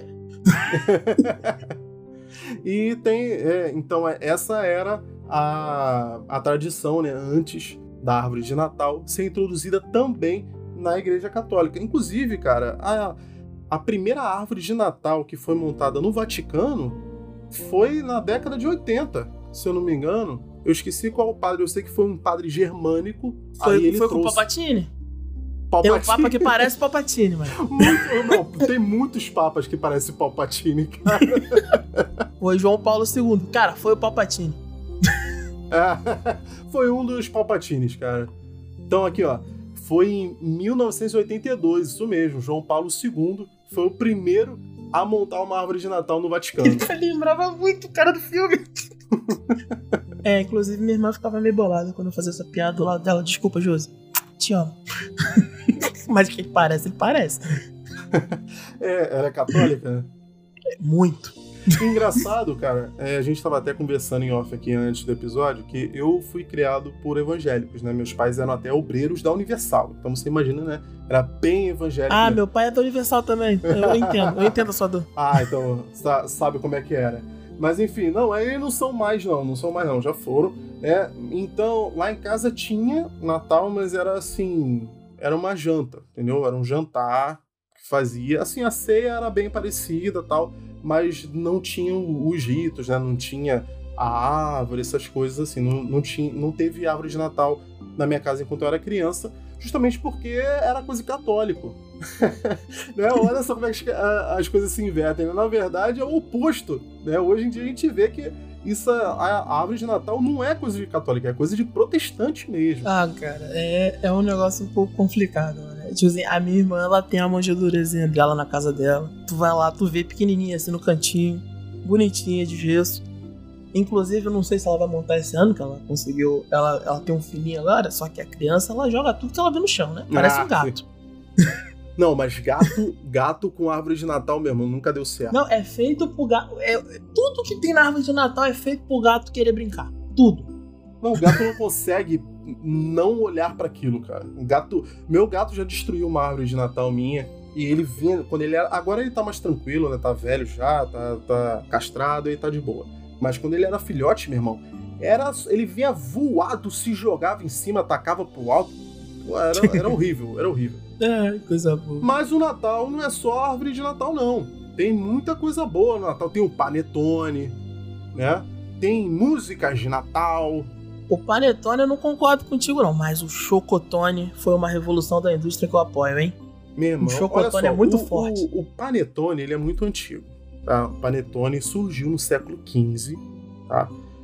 E tem, é, então essa era a, a tradição, né, antes da árvore de Natal ser introduzida também na Igreja Católica. Inclusive, cara, a, a primeira árvore de Natal que foi montada no Vaticano foi na década de oitenta, se eu não me engano. Eu esqueci qual padre, eu sei que foi um padre germânico. Foi, aí ele foi trouxe... com o Palpatine? Palpatine. Tem um papa que parece Palpatine, mano. Muito, não, tem muitos papas que parecem Palpatine, cara. Foi João Paulo segundo. Cara, foi o Palpatine. É, foi um dos Palpatines, cara. Então aqui, ó. Foi em mil novecentos e oitenta e dois, isso mesmo. João Paulo segundo foi o primeiro a montar uma árvore de Natal no Vaticano. Ele lembrava muito o cara do filme. É, inclusive minha irmã ficava meio bolada quando eu fazia essa piada do lado dela. Desculpa, Josi. Te amo. Mas que ele parece, ele parece. É, era católica, né? Muito. Engraçado, cara, é, a gente tava até conversando em off aqui antes do episódio, que eu fui criado por evangélicos, né? Meus pais eram até obreiros da Universal. Então você imagina, né? Era bem evangélico. Ah, mesmo. Meu pai é da Universal também. Eu entendo, eu entendo a sua dor. Ah, então sabe como é que era. Mas enfim, não, aí não são mais não, não são mais não, já foram, né? Então, lá em casa tinha Natal, mas era assim, era uma janta, entendeu? Era um jantar que fazia, assim, a ceia era bem parecida e tal, mas não tinham os ritos, né? Não tinha a árvore, essas coisas assim, não, não, tinha, não teve árvore de Natal na minha casa enquanto eu era criança, justamente porque era coisa de católico. Né? Olha só como é que as coisas se invertem, né? Na verdade é o oposto, né? Hoje em dia a gente vê que isso, a árvore de Natal não é coisa de católica, é coisa de protestante mesmo. Ah, cara, é, é um negócio um pouco complicado, né? Tipo assim, a minha irmã, ela tem a manjedurazinha dela na casa dela, tu vai lá, tu vê pequenininha assim no cantinho, bonitinha de gesso. Inclusive, eu não sei se ela vai montar esse ano, que ela conseguiu, ela, ela tem um filhinho agora, só que a criança, ela joga tudo que ela vê no chão, né? Parece ah, um gato. Não, mas gato, gato com árvore de Natal mesmo, nunca deu certo. Não, é feito pro gato. É, tudo que tem na árvore de Natal é feito pro gato querer brincar. Tudo. Não, o gato não consegue não olhar pra aquilo, cara. O gato, meu gato já destruiu uma árvore de Natal minha. E ele vinha, quando ele era. Agora ele tá mais tranquilo, né? Tá velho já, tá, tá castrado e tá de boa. Mas quando ele era filhote, meu irmão, era, ele vinha voado, se jogava em cima, atacava pro alto. Era, era horrível, era horrível. É, coisa boa. Mas o Natal não é só árvore de Natal, não. Tem muita coisa boa no Natal. Tem o panetone, né? Tem músicas de Natal. O panetone eu não concordo contigo, não. Mas o chocotone foi uma revolução da indústria que eu apoio, hein? Meu irmão, o chocotone só, é muito o, forte. O, o panetone, ele é muito antigo. Tá? O panetone surgiu no século quinze, tá?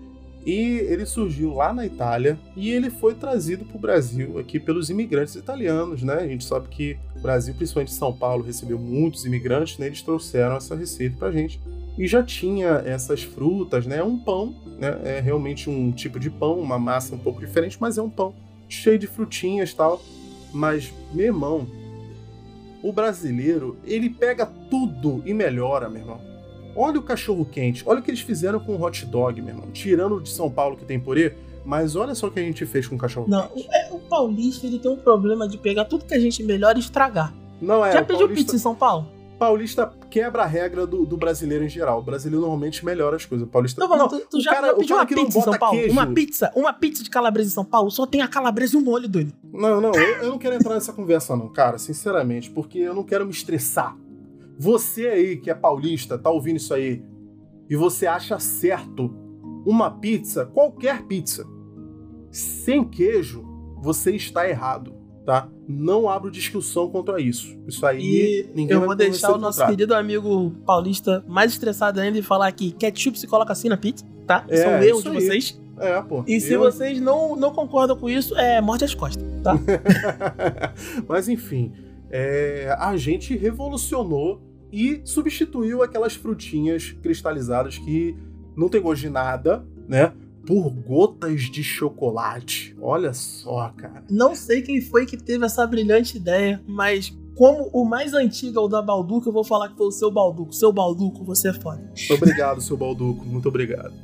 E ele surgiu lá na Itália e ele foi trazido para o Brasil aqui pelos imigrantes italianos, né? A gente sabe que o Brasil, principalmente São Paulo, recebeu muitos imigrantes, né? Eles trouxeram essa receita pra gente. E já tinha essas frutas, né? Um pão, né? É realmente um tipo de pão, uma massa um pouco diferente, mas é um pão cheio de frutinhas e tal. Mas, meu irmão, o brasileiro, ele pega tudo e melhora, meu irmão. Olha o cachorro-quente, olha o que eles fizeram com o hot dog, meu irmão. Tirando o de São Paulo, que tem purê, mas olha só o que a gente fez com o cachorro-quente. Não, o, o paulista, ele tem um problema de pegar tudo que a gente melhora e estragar. Não é, Já pediu paulista, pizza em São Paulo? Paulista quebra a regra do, do brasileiro em geral. O brasileiro normalmente melhora as coisas. O paulista... Não, não, tu, tu já, cara, já pediu uma que pizza em São Paulo? Queijo. Uma pizza, uma pizza de calabresa em São Paulo só tem a calabresa e o molho, doido. Não, não, eu, eu não quero entrar nessa conversa não, cara, sinceramente, porque eu não quero me estressar. Você aí que é paulista, tá ouvindo isso aí, e você acha certo uma pizza, qualquer pizza, sem queijo, você está errado, tá? Não abro discussão contra isso. Isso aí, e ninguém eu vai vou deixar o nosso contrário. querido amigo paulista mais estressado ainda e falar que ketchup se coloca assim na pizza, tá? É, São erros isso de aí. vocês. É, pô. E se eu... vocês não, não concordam com isso, é morte às costas, tá? Mas enfim, é, a gente revolucionou e substituiu aquelas frutinhas cristalizadas que não tem gosto de nada, né? Por gotas de chocolate. Olha só, cara. Não sei quem foi que teve essa brilhante ideia, mas como o mais antigo é o da Balduco, eu vou falar que foi o seu Balduco. Seu Balduco, você é foda. Obrigado, seu Balduco. Muito obrigado.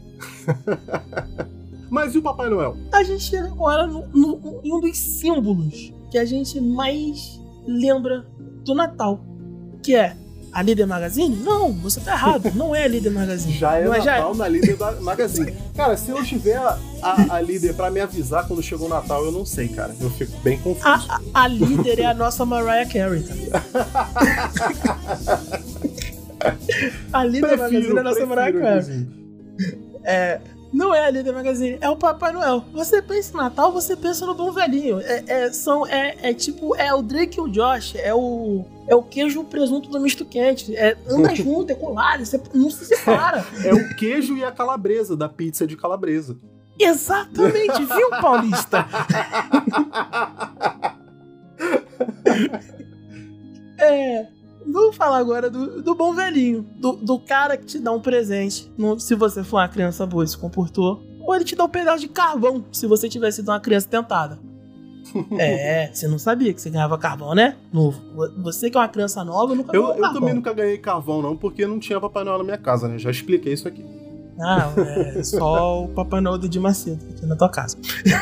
Mas e o Papai Noel? A gente chega agora no, no, em um dos símbolos que a gente mais lembra do Natal, que é a Líder Magazine? Não, você tá errado. Não é a Líder Magazine. Já é não Natal é, já... na Líder Magazine. Cara, se eu tiver a, a, a Líder pra me avisar quando chegou o Natal, eu não sei, cara. Eu fico bem confuso. A, a, a Líder é a nossa Mariah Carey, cara. A Líder Prefiro, Magazine é a nossa Mariah Carey. inclusive. É... Não é a Líder Magazine, é o Papai Noel. Você pensa em Natal, você pensa no Bom Velhinho. É, é, são, é, é tipo, é o Drake e o Josh, é o, é o queijo e o presunto do misto quente. É, anda junto, é colado, você não se separa. É o queijo e a calabresa, da pizza de calabresa. Exatamente, viu, Paulista? É... Vamos falar agora do, do bom velhinho, do, do cara que te dá um presente, no, se você for uma criança boa e se comportou, ou ele te dá um pedaço de carvão, se você tivesse sido uma criança tentada. É, você não sabia que você ganhava carvão, né? Novo. Você que é uma criança nova, nunca Eu, ganhou eu carvão. também nunca ganhei carvão, não, porque não tinha Papai Noel na minha casa, né? Já expliquei isso aqui. Ah, é só o Papai Noel do Edir Macedo aqui na tua casa.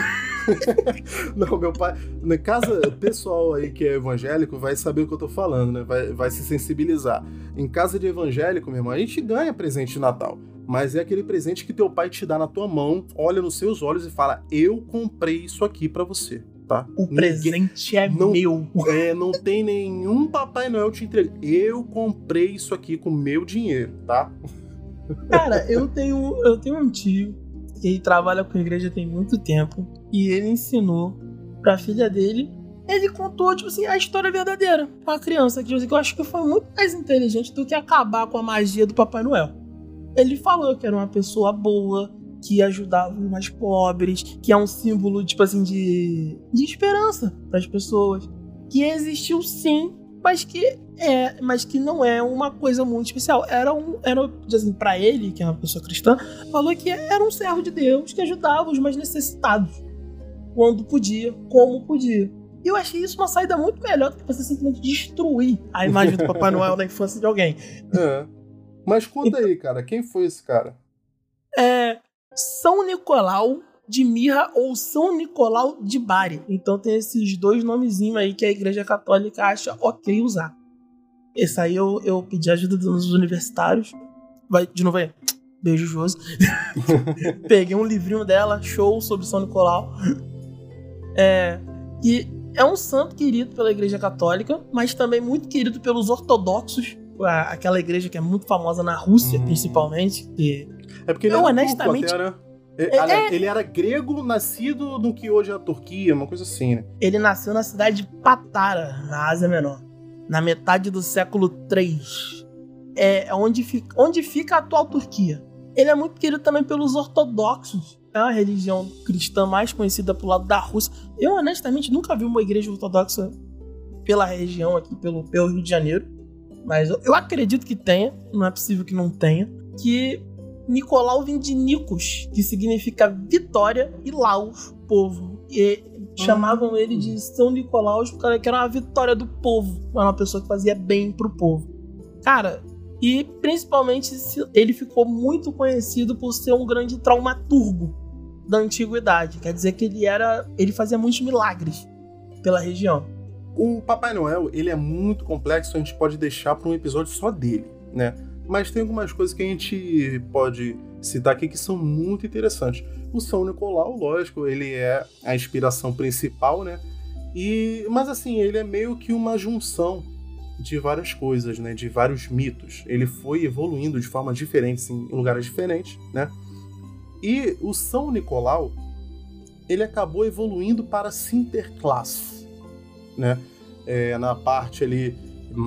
Não, meu pai, na casa, o pessoal aí que é evangélico vai saber o que eu tô falando, né? Vai, vai se sensibilizar. Em casa de evangélico, meu irmão, a gente ganha presente de Natal, mas é aquele presente que teu pai te dá na tua mão, olha nos seus olhos e fala: eu comprei isso aqui pra você, tá? O Ninguém, presente é não, meu. É, não tem nenhum Papai Noel te entregando. Eu comprei isso aqui com meu dinheiro, tá? Cara, eu tenho, eu tenho um tio que ele trabalha com a igreja tem muito tempo e ele ensinou pra filha dele. Ele contou, tipo assim, a história verdadeira pra uma criança, que eu acho que foi muito mais inteligente do que acabar com a magia do Papai Noel. Ele falou que era uma pessoa boa, que ajudava os mais pobres, que é um símbolo, tipo assim, de, de esperança pras pessoas, que existiu sim, mas que é, mas que não é uma coisa muito especial. Era um, era assim, para ele, que é uma pessoa cristã, falou que era um servo de Deus que ajudava os mais necessitados quando podia, como podia. E eu achei isso uma saída muito melhor do que você simplesmente destruir a imagem do Papai Noel na infância de alguém. É. Mas conta aí, cara, quem foi esse cara? É São Nicolau de Mirra ou São Nicolau de Bari. Então tem esses dois nomezinhos aí que a Igreja Católica acha ok usar. Esse aí eu, eu pedi ajuda dos universitários. Vai, de novo aí. Beijo, Josi. Peguei um livrinho dela, show sobre São Nicolau. É, e é um santo querido pela Igreja Católica, mas também muito querido pelos ortodoxos. Aquela igreja que é muito famosa na Rússia, hum. principalmente. Que é porque ele eu, era honestamente... turco, até, né? Ele, É, é... ele era grego, nascido no que hoje é a Turquia, uma coisa assim, né? Ele nasceu na cidade de Patara, na Ásia Menor, na metade do século três. É onde fica, onde fica a atual Turquia. ele é muito querido também pelos ortodoxos. É a religião cristã mais conhecida pro lado da Rússia. Eu, honestamente, nunca vi uma igreja ortodoxa pela região aqui, pelo, pelo Rio de Janeiro. Mas eu, eu acredito que tenha, não é possível que não tenha. Que Nicolau vem de Nikos, que significa vitória, e Laos, povo. E chamavam hum. ele de São Nicolau, porque era uma vitória do povo. Era uma pessoa que fazia bem pro povo. Cara, e principalmente ele ficou muito conhecido por ser um grande traumaturgo da antiguidade. Quer dizer que ele era, ele fazia muitos milagres pela região. O Papai Noel, ele é muito complexo, a gente pode deixar para um episódio só dele, né? Mas tem algumas coisas que a gente pode citar aqui que são muito interessantes. O São Nicolau, lógico, ele é a inspiração principal, né? E, mas assim, ele é meio que uma junção de várias coisas, né? De vários mitos. Ele foi evoluindo de formas diferentes em lugares diferentes, né? E o São Nicolau, ele acabou evoluindo para Sinterklaas, né? É, na parte ali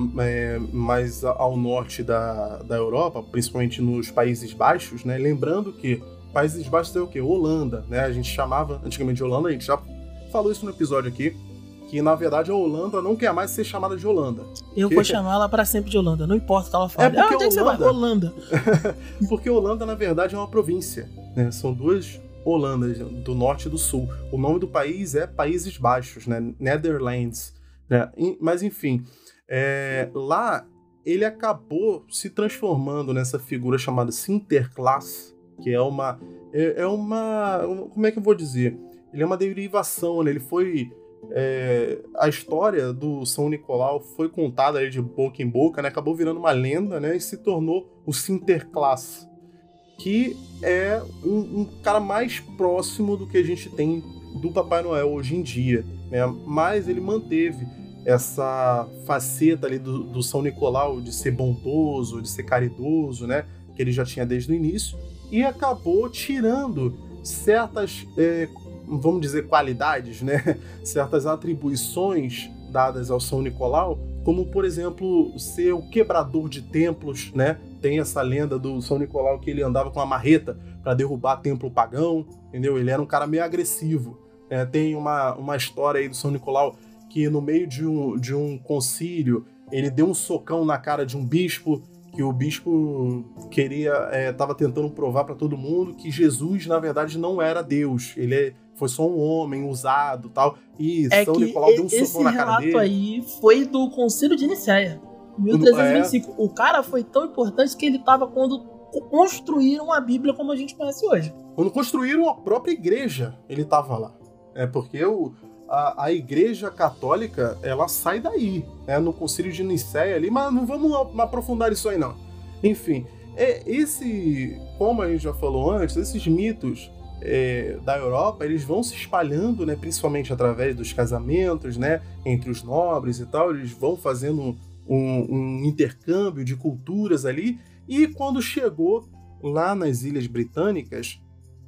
é, mais ao norte da, da Europa, principalmente nos Países Baixos, né? Lembrando que Países Baixos é o quê? Holanda, né? A gente chamava antigamente de Holanda, a gente já falou isso no episódio aqui, que na verdade a Holanda não quer mais ser chamada de Holanda. Eu porque... vou chamá-la para sempre de Holanda, não importa o que ela fale. É porque ah, onde é que você vai? Holanda... porque Holanda na verdade é uma província, né? São duas Holandas, do norte e do sul. O nome do país é Países Baixos, né? Netherlands, né? Mas enfim, é... lá ele acabou se transformando nessa figura chamada Sinterklaas, que é uma... É, é uma... Como é que eu vou dizer? Ele é uma derivação, né? Ele foi... É, a história do São Nicolau foi contada aí de boca em boca, né? Acabou virando uma lenda, né? E se tornou o Sinterklaas, que é um, um cara mais próximo do que a gente tem do Papai Noel hoje em dia, né? Mas ele manteve essa faceta ali do, do São Nicolau de ser bondoso, de ser caridoso, né? Que ele já tinha desde o início, e acabou tirando certas é, vamos dizer, qualidades, né? Certas atribuições dadas ao São Nicolau, como, por exemplo, ser o quebrador de templos, né? Tem essa lenda do São Nicolau que ele andava com uma marreta para derrubar templo pagão, entendeu? Ele era um cara meio agressivo. É, tem uma, uma história aí do São Nicolau que no meio de um, de um concílio ele deu um socão na cara de um bispo, que o bispo queria, é, tava tentando provar para todo mundo que Jesus, na verdade, não era Deus. Ele é, foi só um homem usado e tal. E é São Nicolau deu um socão na cara dele. Esse relato aí foi do Concílio de Nicéia, mil trezentos e vinte e cinco. É. O cara foi tão importante que ele tava quando construíram a Bíblia como a gente conhece hoje. Quando construíram a própria igreja, ele tava lá. É porque o... A, a Igreja Católica, ela sai daí, né, no Concílio de Nicéia ali, mas não vamos aprofundar isso aí não. Enfim, é, esse, como a gente já falou antes, esses mitos é, da Europa, eles vão se espalhando, né, principalmente através dos casamentos, né, entre os nobres e tal, eles vão fazendo um, um intercâmbio de culturas ali, e quando chegou lá nas Ilhas Britânicas,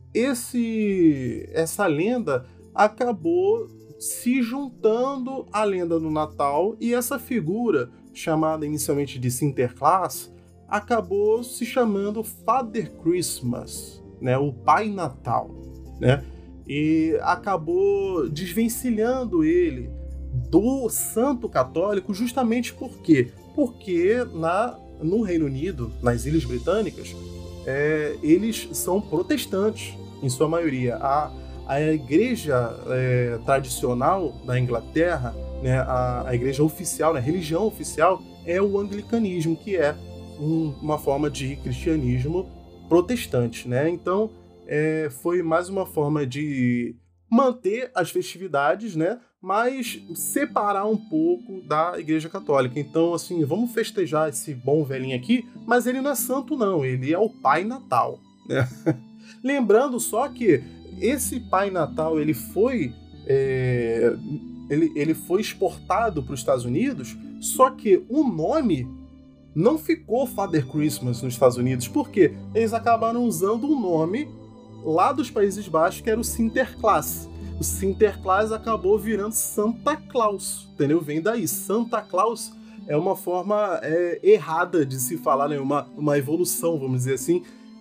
esse, essa lenda acabou se juntando à lenda do Natal, e essa figura, chamada inicialmente de Sinterklaas, acabou se chamando Father Christmas, né, o Pai Natal, né, e acabou desvencilhando ele do santo católico justamente por quê? Porque na, no Reino Unido, nas Ilhas Britânicas, é, eles são protestantes, em sua maioria. A A igreja é, tradicional da Inglaterra, né, a, a igreja oficial, né, a religião oficial, é o anglicanismo, que é um, uma forma de cristianismo protestante, né? Então, é, foi mais uma forma de manter as festividades, né, mas separar um pouco da igreja católica. Então, assim, vamos festejar esse bom velhinho aqui, mas ele não é santo, não. Ele é o Pai Natal, né? Lembrando só que esse Pai Natal, ele foi, é, ele, ele foi exportado para os Estados Unidos, só que o nome não ficou Father Christmas nos Estados Unidos, porque eles acabaram usando um nome lá dos Países Baixos, que era o Sinterklaas. O Sinterklaas acabou virando Santa Claus, entendeu? Vem daí. Santa Claus é uma forma é, errada de se falar, né? uma, uma evolução, vamos dizer assim,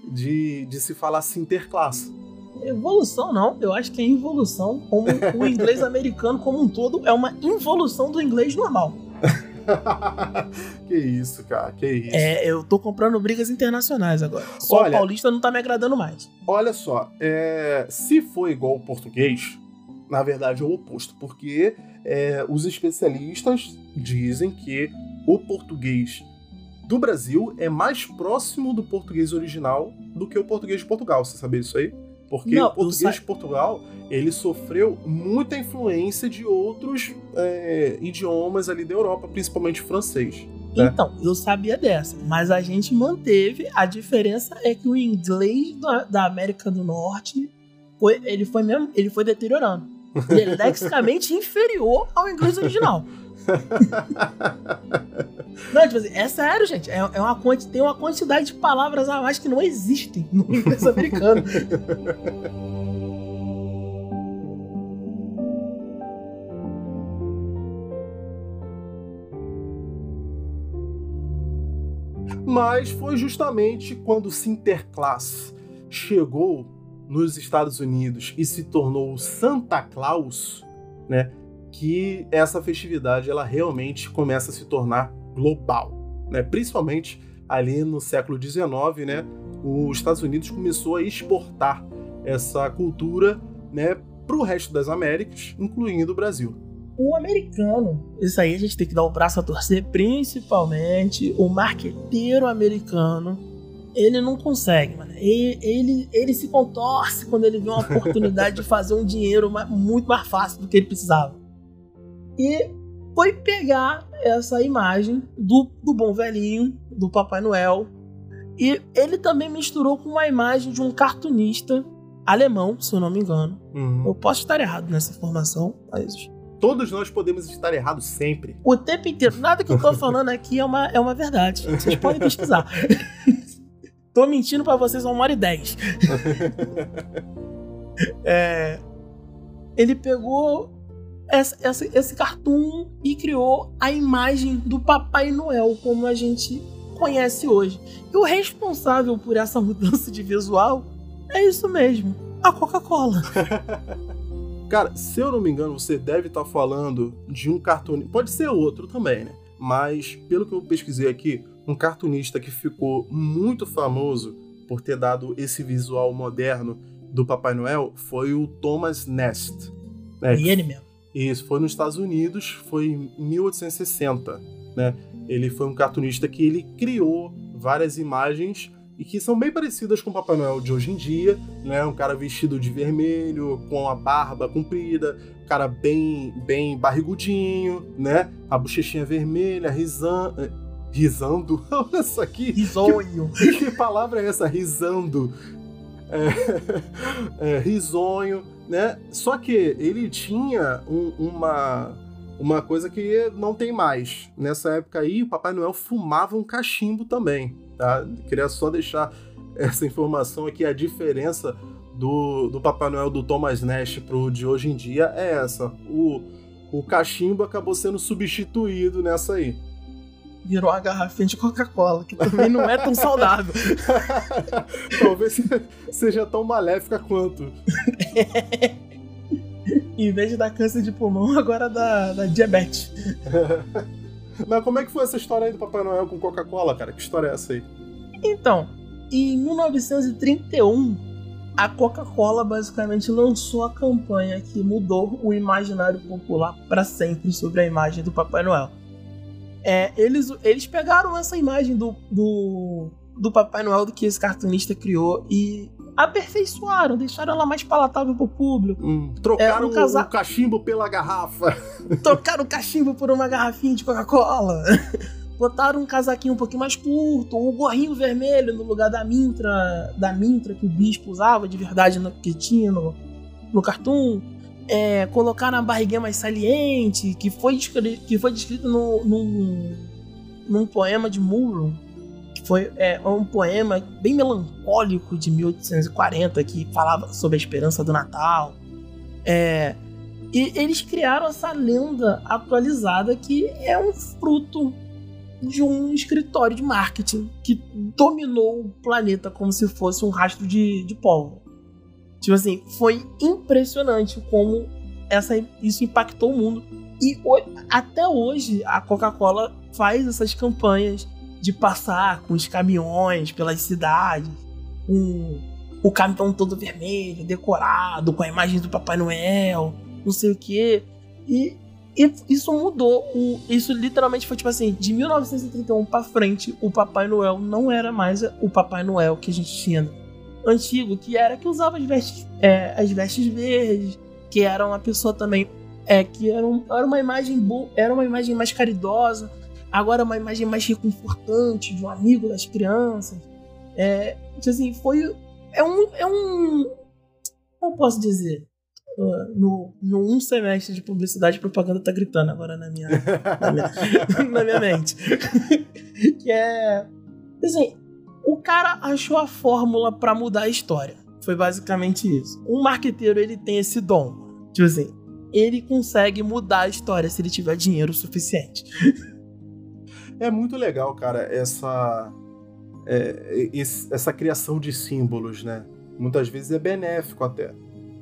de, de se falar Sinterklaas. Evolução não, eu acho que é involução, como o inglês americano como um todo é uma involução do inglês normal. Que isso, cara, que isso. É, eu tô comprando brigas internacionais agora. Só Olha, o paulista não tá me agradando mais. Olha só, é, se for igual ao português, na verdade é o oposto, porque é, os especialistas dizem que o português do Brasil é mais próximo do português original do que o português de Portugal. Você sabia disso aí? Porque Não, o português de Portugal, ele sofreu muita influência de outros é, idiomas ali da Europa, principalmente francês. Né? Então, eu sabia dessa, mas a gente manteve, a diferença é que o inglês da, da América do Norte, foi, ele, foi mesmo, ele foi deteriorando. Ele é lexicamente inferior ao inglês original. Não, tipo assim, é sério, gente. É, é uma, tem uma quantidade de palavras a mais que não existem no inglês americano. Mas foi justamente quando o Sinterklaas chegou nos Estados Unidos e se tornou Santa Claus, né, que essa festividade ela realmente começa a se tornar global, né? Principalmente ali no século dezenove, né, os Estados Unidos começou a exportar essa cultura, né, para o resto das Américas, incluindo o Brasil. O americano, isso aí a gente tem que dar o braço a torcer, principalmente o marqueteiro americano, ele não consegue, mano. Ele, ele, ele se contorce quando ele vê uma oportunidade de fazer um dinheiro muito mais fácil do que ele precisava. E foi pegar essa imagem do, do bom velhinho, do Papai Noel, e ele também misturou com uma imagem de um cartunista alemão, se eu não me engano. Uhum. Eu posso estar errado nessa informação, mas... Todos nós podemos estar errados sempre. O tempo inteiro. Nada que eu tô falando aqui é uma, é uma verdade. Vocês podem pesquisar. Tô mentindo pra vocês há uma hora e dez. É, ele pegou essa, essa, esse cartoon e criou a imagem do Papai Noel como a gente conhece hoje. E o responsável por essa mudança de visual é isso mesmo, a Coca-Cola. Cara, se eu não me engano, você deve estar falando de um cartunista, pode ser outro também, né? Mas, pelo que eu pesquisei aqui, um cartunista que ficou muito famoso por ter dado esse visual moderno do Papai Noel foi o Thomas Nast. Né? E ele mesmo. Isso, foi nos Estados Unidos, foi em mil oitocentos e sessenta, né? Ele foi um cartunista que ele criou várias imagens e que são bem parecidas com o Papai Noel de hoje em dia, né? Um cara vestido de vermelho, com a barba comprida, cara bem, bem barrigudinho, né? A bochechinha vermelha, risan... risando. Olha isso aqui. Risonho. Que, que palavra é essa? Risando. É, é, risonho, né? Só que ele tinha um, uma, uma coisa que não tem mais. Nessa época aí, o Papai Noel fumava um cachimbo também. Tá? Queria só deixar essa informação aqui, a diferença do, do Papai Noel do Thomas Nast pro de hoje em dia é essa. O, o cachimbo acabou sendo substituído nessa aí. Virou uma garrafinha de Coca-Cola, que também não é tão saudável. Talvez seja tão maléfica quanto. É. Em vez de dar câncer de pulmão, agora dá, dá diabetes. Mas como é que foi essa história aí do Papai Noel com Coca-Cola, cara? Que história é essa aí? Então, em mil novecentos e trinta e um, a Coca-Cola basicamente lançou a campanha que mudou o imaginário popular para sempre sobre a imagem do Papai Noel. É, eles, eles pegaram essa imagem do, do, do Papai Noel do que esse cartunista criou e aperfeiçoaram, deixaram ela mais palatável pro público. Hum, trocaram é, um casa... o cachimbo pela garrafa. Trocaram o cachimbo por uma garrafinha de Coca-Cola. Botaram um casaquinho um pouquinho mais curto, um gorrinho vermelho no lugar da mintra, da mintra que o bispo usava de verdade, no, que tinha no, no cartoon. É, colocar na barriguinha mais saliente, que foi, que foi descrito no, num, num poema de Murrow, que foi é, um poema bem melancólico de mil oitocentos e quarenta, que falava sobre a esperança do Natal. É, e eles criaram essa lenda atualizada que é um fruto de um escritório de marketing que dominou o planeta como se fosse um rastro de, de pólvora. Tipo assim, foi impressionante como essa, isso impactou o mundo. E até hoje a Coca-Cola faz essas campanhas de passar com os caminhões pelas cidades, com o caminhão todo vermelho, decorado, com a imagem do Papai Noel, não sei o quê. E, e isso mudou. O, isso literalmente foi tipo assim, de mil novecentos e trinta e um pra frente, o Papai Noel não era mais o Papai Noel que a gente tinha antigo, que era que usava as vestes, é, as vestes verdes, que era uma pessoa também, é, que era, um, era uma imagem boa, era uma imagem mais caridosa. Agora é uma imagem mais reconfortante de um amigo das crianças. É, assim, foi... É um... É um como eu posso dizer? Uh, no, no um semestre de publicidade e propaganda tá gritando agora na minha, na minha, na minha mente. Que é... Assim, o cara achou a fórmula pra mudar a história. Foi basicamente isso. Um marqueteiro, ele tem esse dom. Tipo assim, ele consegue mudar a história se ele tiver dinheiro suficiente. É muito legal, cara, essa, é, essa criação de símbolos, né? Muitas vezes é benéfico até.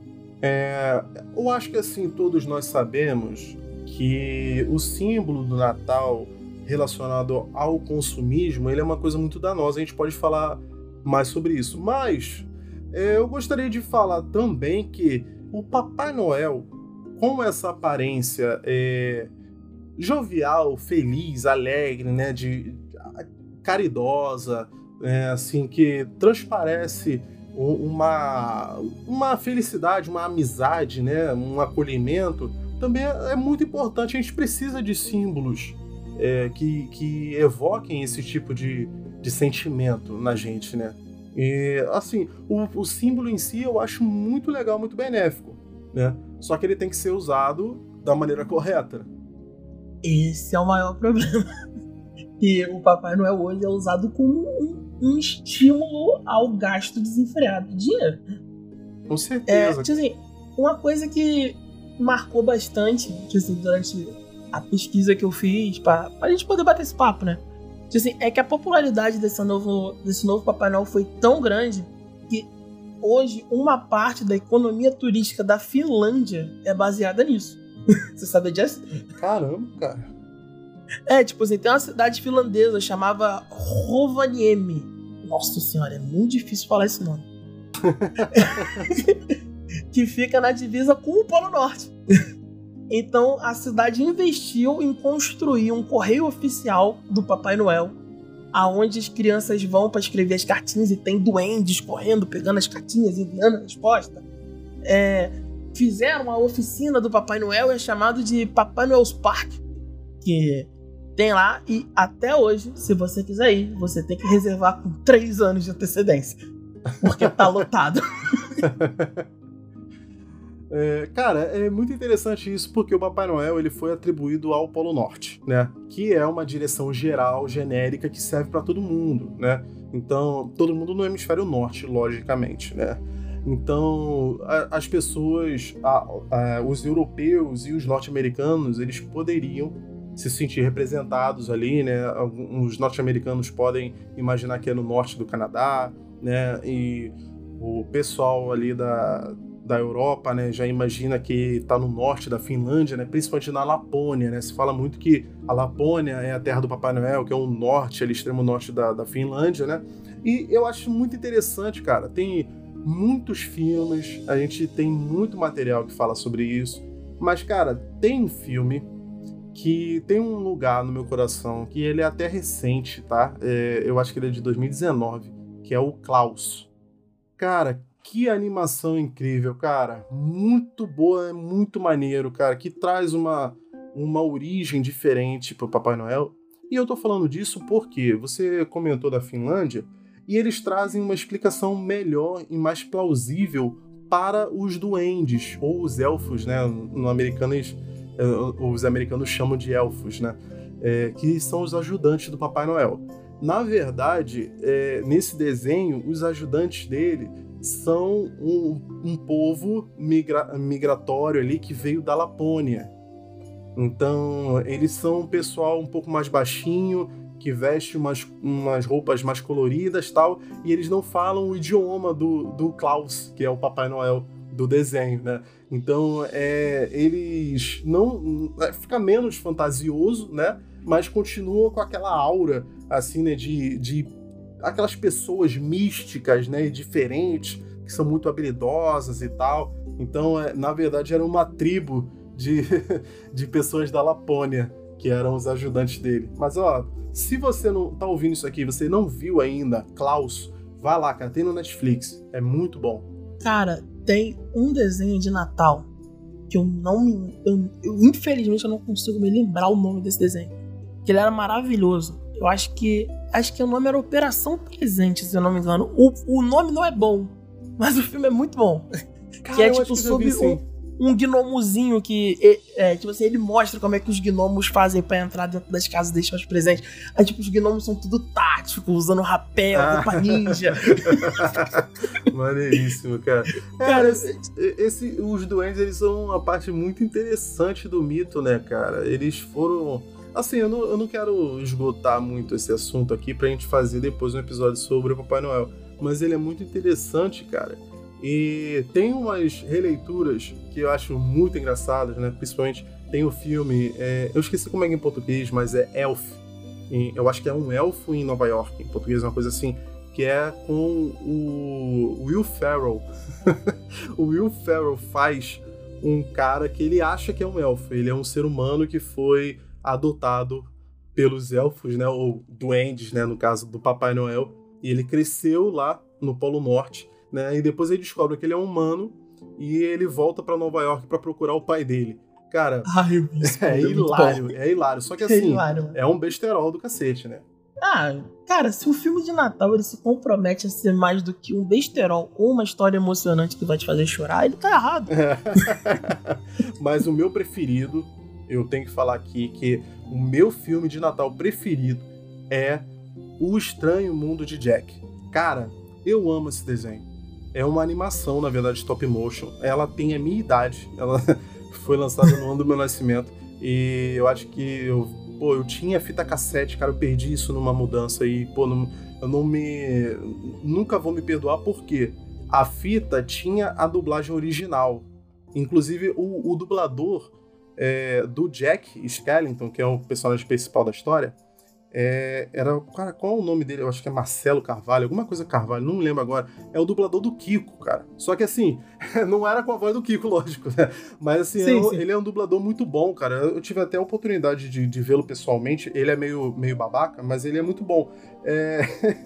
É, eu acho que assim, todos nós sabemos que o símbolo do Natal relacionado ao consumismo, ele é uma coisa muito danosa, a gente pode falar mais sobre isso. Mas é, eu gostaria de falar também que o Papai Noel, com essa aparência... É, jovial, feliz, alegre, né, de caridosa, é, assim, que transparece uma, uma felicidade, uma amizade, né, um acolhimento, também é muito importante. A gente precisa de símbolos é, que, que evoquem esse tipo de, de sentimento na gente, né? E, assim, o, o símbolo em si eu acho muito legal, muito benéfico, né? Só que ele tem que ser usado da maneira correta. Esse é o maior problema. E o Papai Noel hoje é usado como um, um estímulo ao gasto desenfreado de dinheiro. Com certeza. É, tipo assim, uma coisa que marcou bastante, tipo assim, durante a pesquisa que eu fiz, pra, pra gente poder bater esse papo, né? Tipo assim, é que a popularidade desse novo, desse novo Papai Noel foi tão grande que hoje uma parte da economia turística da Finlândia é baseada nisso. Você sabe disso? Caramba, cara. É, tipo assim, tem uma cidade finlandesa chamada Rovaniemi. Nossa senhora, é muito difícil falar esse nome. Que fica na divisa com o Polo Norte. Então a cidade investiu em construir um correio oficial do Papai Noel, aonde as crianças vão para escrever as cartinhas e tem duendes correndo, pegando as cartinhas e enviando a resposta. É... Fizeram uma oficina do Papai Noel, é chamado de Papai Noel's Park, que tem lá, e até hoje, se você quiser ir, você tem que reservar com três anos de antecedência, porque tá lotado. É, cara, é muito interessante isso, porque o Papai Noel ele foi atribuído ao Polo Norte, né? Que é uma direção geral, genérica, que serve para todo mundo, né? Então, todo mundo no hemisfério norte, logicamente, né? Então, a, as pessoas, a, a, os europeus e os norte-americanos, eles poderiam se sentir representados ali, né? Os norte-americanos podem imaginar que é no norte do Canadá, né? E o pessoal ali da, da Europa, né, já imagina que está no norte da Finlândia, né? Principalmente na Lapônia, né? Se fala muito que a Lapônia é a terra do Papai Noel, que é o norte, ali, extremo norte da, da Finlândia, né? E eu acho muito interessante, cara. Tem muitos filmes, a gente tem muito material que fala sobre isso, mas, cara, tem um filme que tem um lugar no meu coração, que ele é até recente, tá? É, eu acho que ele é de dois mil e dezenove, que é o Klaus. Cara, que animação incrível, cara. Muito boa, é muito maneiro, cara, que traz uma, uma origem diferente pro Papai Noel. E eu tô falando disso porque você comentou da Finlândia, e eles trazem uma explicação melhor e mais plausível para os duendes, ou os elfos, né? No americano, eles, os americanos chamam de elfos, né? É, que são os ajudantes do Papai Noel. Na verdade, é, nesse desenho, os ajudantes dele são um, um povo migra- migratório ali que veio da Lapônia. Então, eles são um pessoal um pouco mais baixinho, que veste umas, umas roupas mais coloridas e tal, e eles não falam o idioma do, do Klaus, que é o Papai Noel do desenho, né? Então, é, eles não... É, fica menos fantasioso, né? Mas continua com aquela aura, assim, né? De, de aquelas pessoas místicas, né? E diferentes, que são muito habilidosas e tal. Então, é, na verdade, era uma tribo de, de pessoas da Lapônia, que eram os ajudantes dele. Mas, ó, se você não tá ouvindo isso aqui, você não viu ainda Klaus, vá lá, cara, tem no Netflix. É muito bom. Cara, tem um desenho de Natal que eu não me... Eu, eu, infelizmente, eu não consigo me lembrar o nome desse desenho. Que ele era maravilhoso. Eu acho que... Acho que o nome era Operação Presente, se eu não me engano. O, o nome não é bom, mas o filme é muito bom. Cara, que é eu tipo acho que eu já sobre vi, sim. um, um gnomozinho que... É, é, tipo assim, ele mostra como é que os gnomos fazem pra entrar dentro das casas e deixar os presentes. Aí, tipo, os gnomos são tudo táticos, usando rapel, Ah. roupa ninja. Maneiríssimo, cara. Cara, esse, esse, os duendes, eles são uma parte muito interessante do mito, né, cara? Eles foram... Assim, eu não, eu não quero esgotar muito esse assunto aqui pra gente fazer depois um episódio sobre o Papai Noel. Mas ele é muito interessante, cara. E tem umas releituras que eu acho muito engraçadas, né? Principalmente tem o filme... É, eu esqueci como é que é em português, mas é Elf. Em, eu acho que é um elfo em Nova York. Em português é uma coisa assim... que é com o Will Ferrell. O Will Ferrell faz um cara que ele acha que é um elfo. Ele é um ser humano que foi adotado pelos elfos, né, ou duendes, né, no caso do Papai Noel, e ele cresceu lá no Polo Norte, né, e depois ele descobre que ele é um humano e ele volta pra Nova York pra procurar o pai dele. Cara, Ai, isso é, é hilário, é hilário. Só que É assim, hilário. é um besterol do cacete, né? Ah, cara, se o filme de Natal ele se compromete a ser mais do que um besterol ou uma história emocionante que vai te fazer chorar, ele tá errado. Mas o meu preferido, eu tenho que falar aqui que o meu filme de Natal preferido é O Estranho Mundo de Jack. Cara, eu amo esse desenho. É uma animação, na verdade, stop motion. Ela tem a minha idade. Ela foi lançada no ano do meu nascimento. E eu acho que eu, pô, eu tinha fita cassete, cara, eu perdi isso numa mudança e, pô, não, eu não me... Nunca vou me perdoar porque a fita tinha a dublagem original. Inclusive, o, o dublador é, do Jack Skellington, que é o personagem principal da história, é, era... Cara, qual é o nome dele? Eu acho que é Marcelo Carvalho, alguma coisa Carvalho, não me lembro agora. É o dublador do Kiko, cara. Só que assim, não era com a voz do Kiko, lógico, né? Mas assim, Sim, é um, sim. ele é um dublador muito bom, cara. Eu tive até a oportunidade de, de vê-lo pessoalmente. Ele é meio, meio babaca, mas ele é muito bom. É...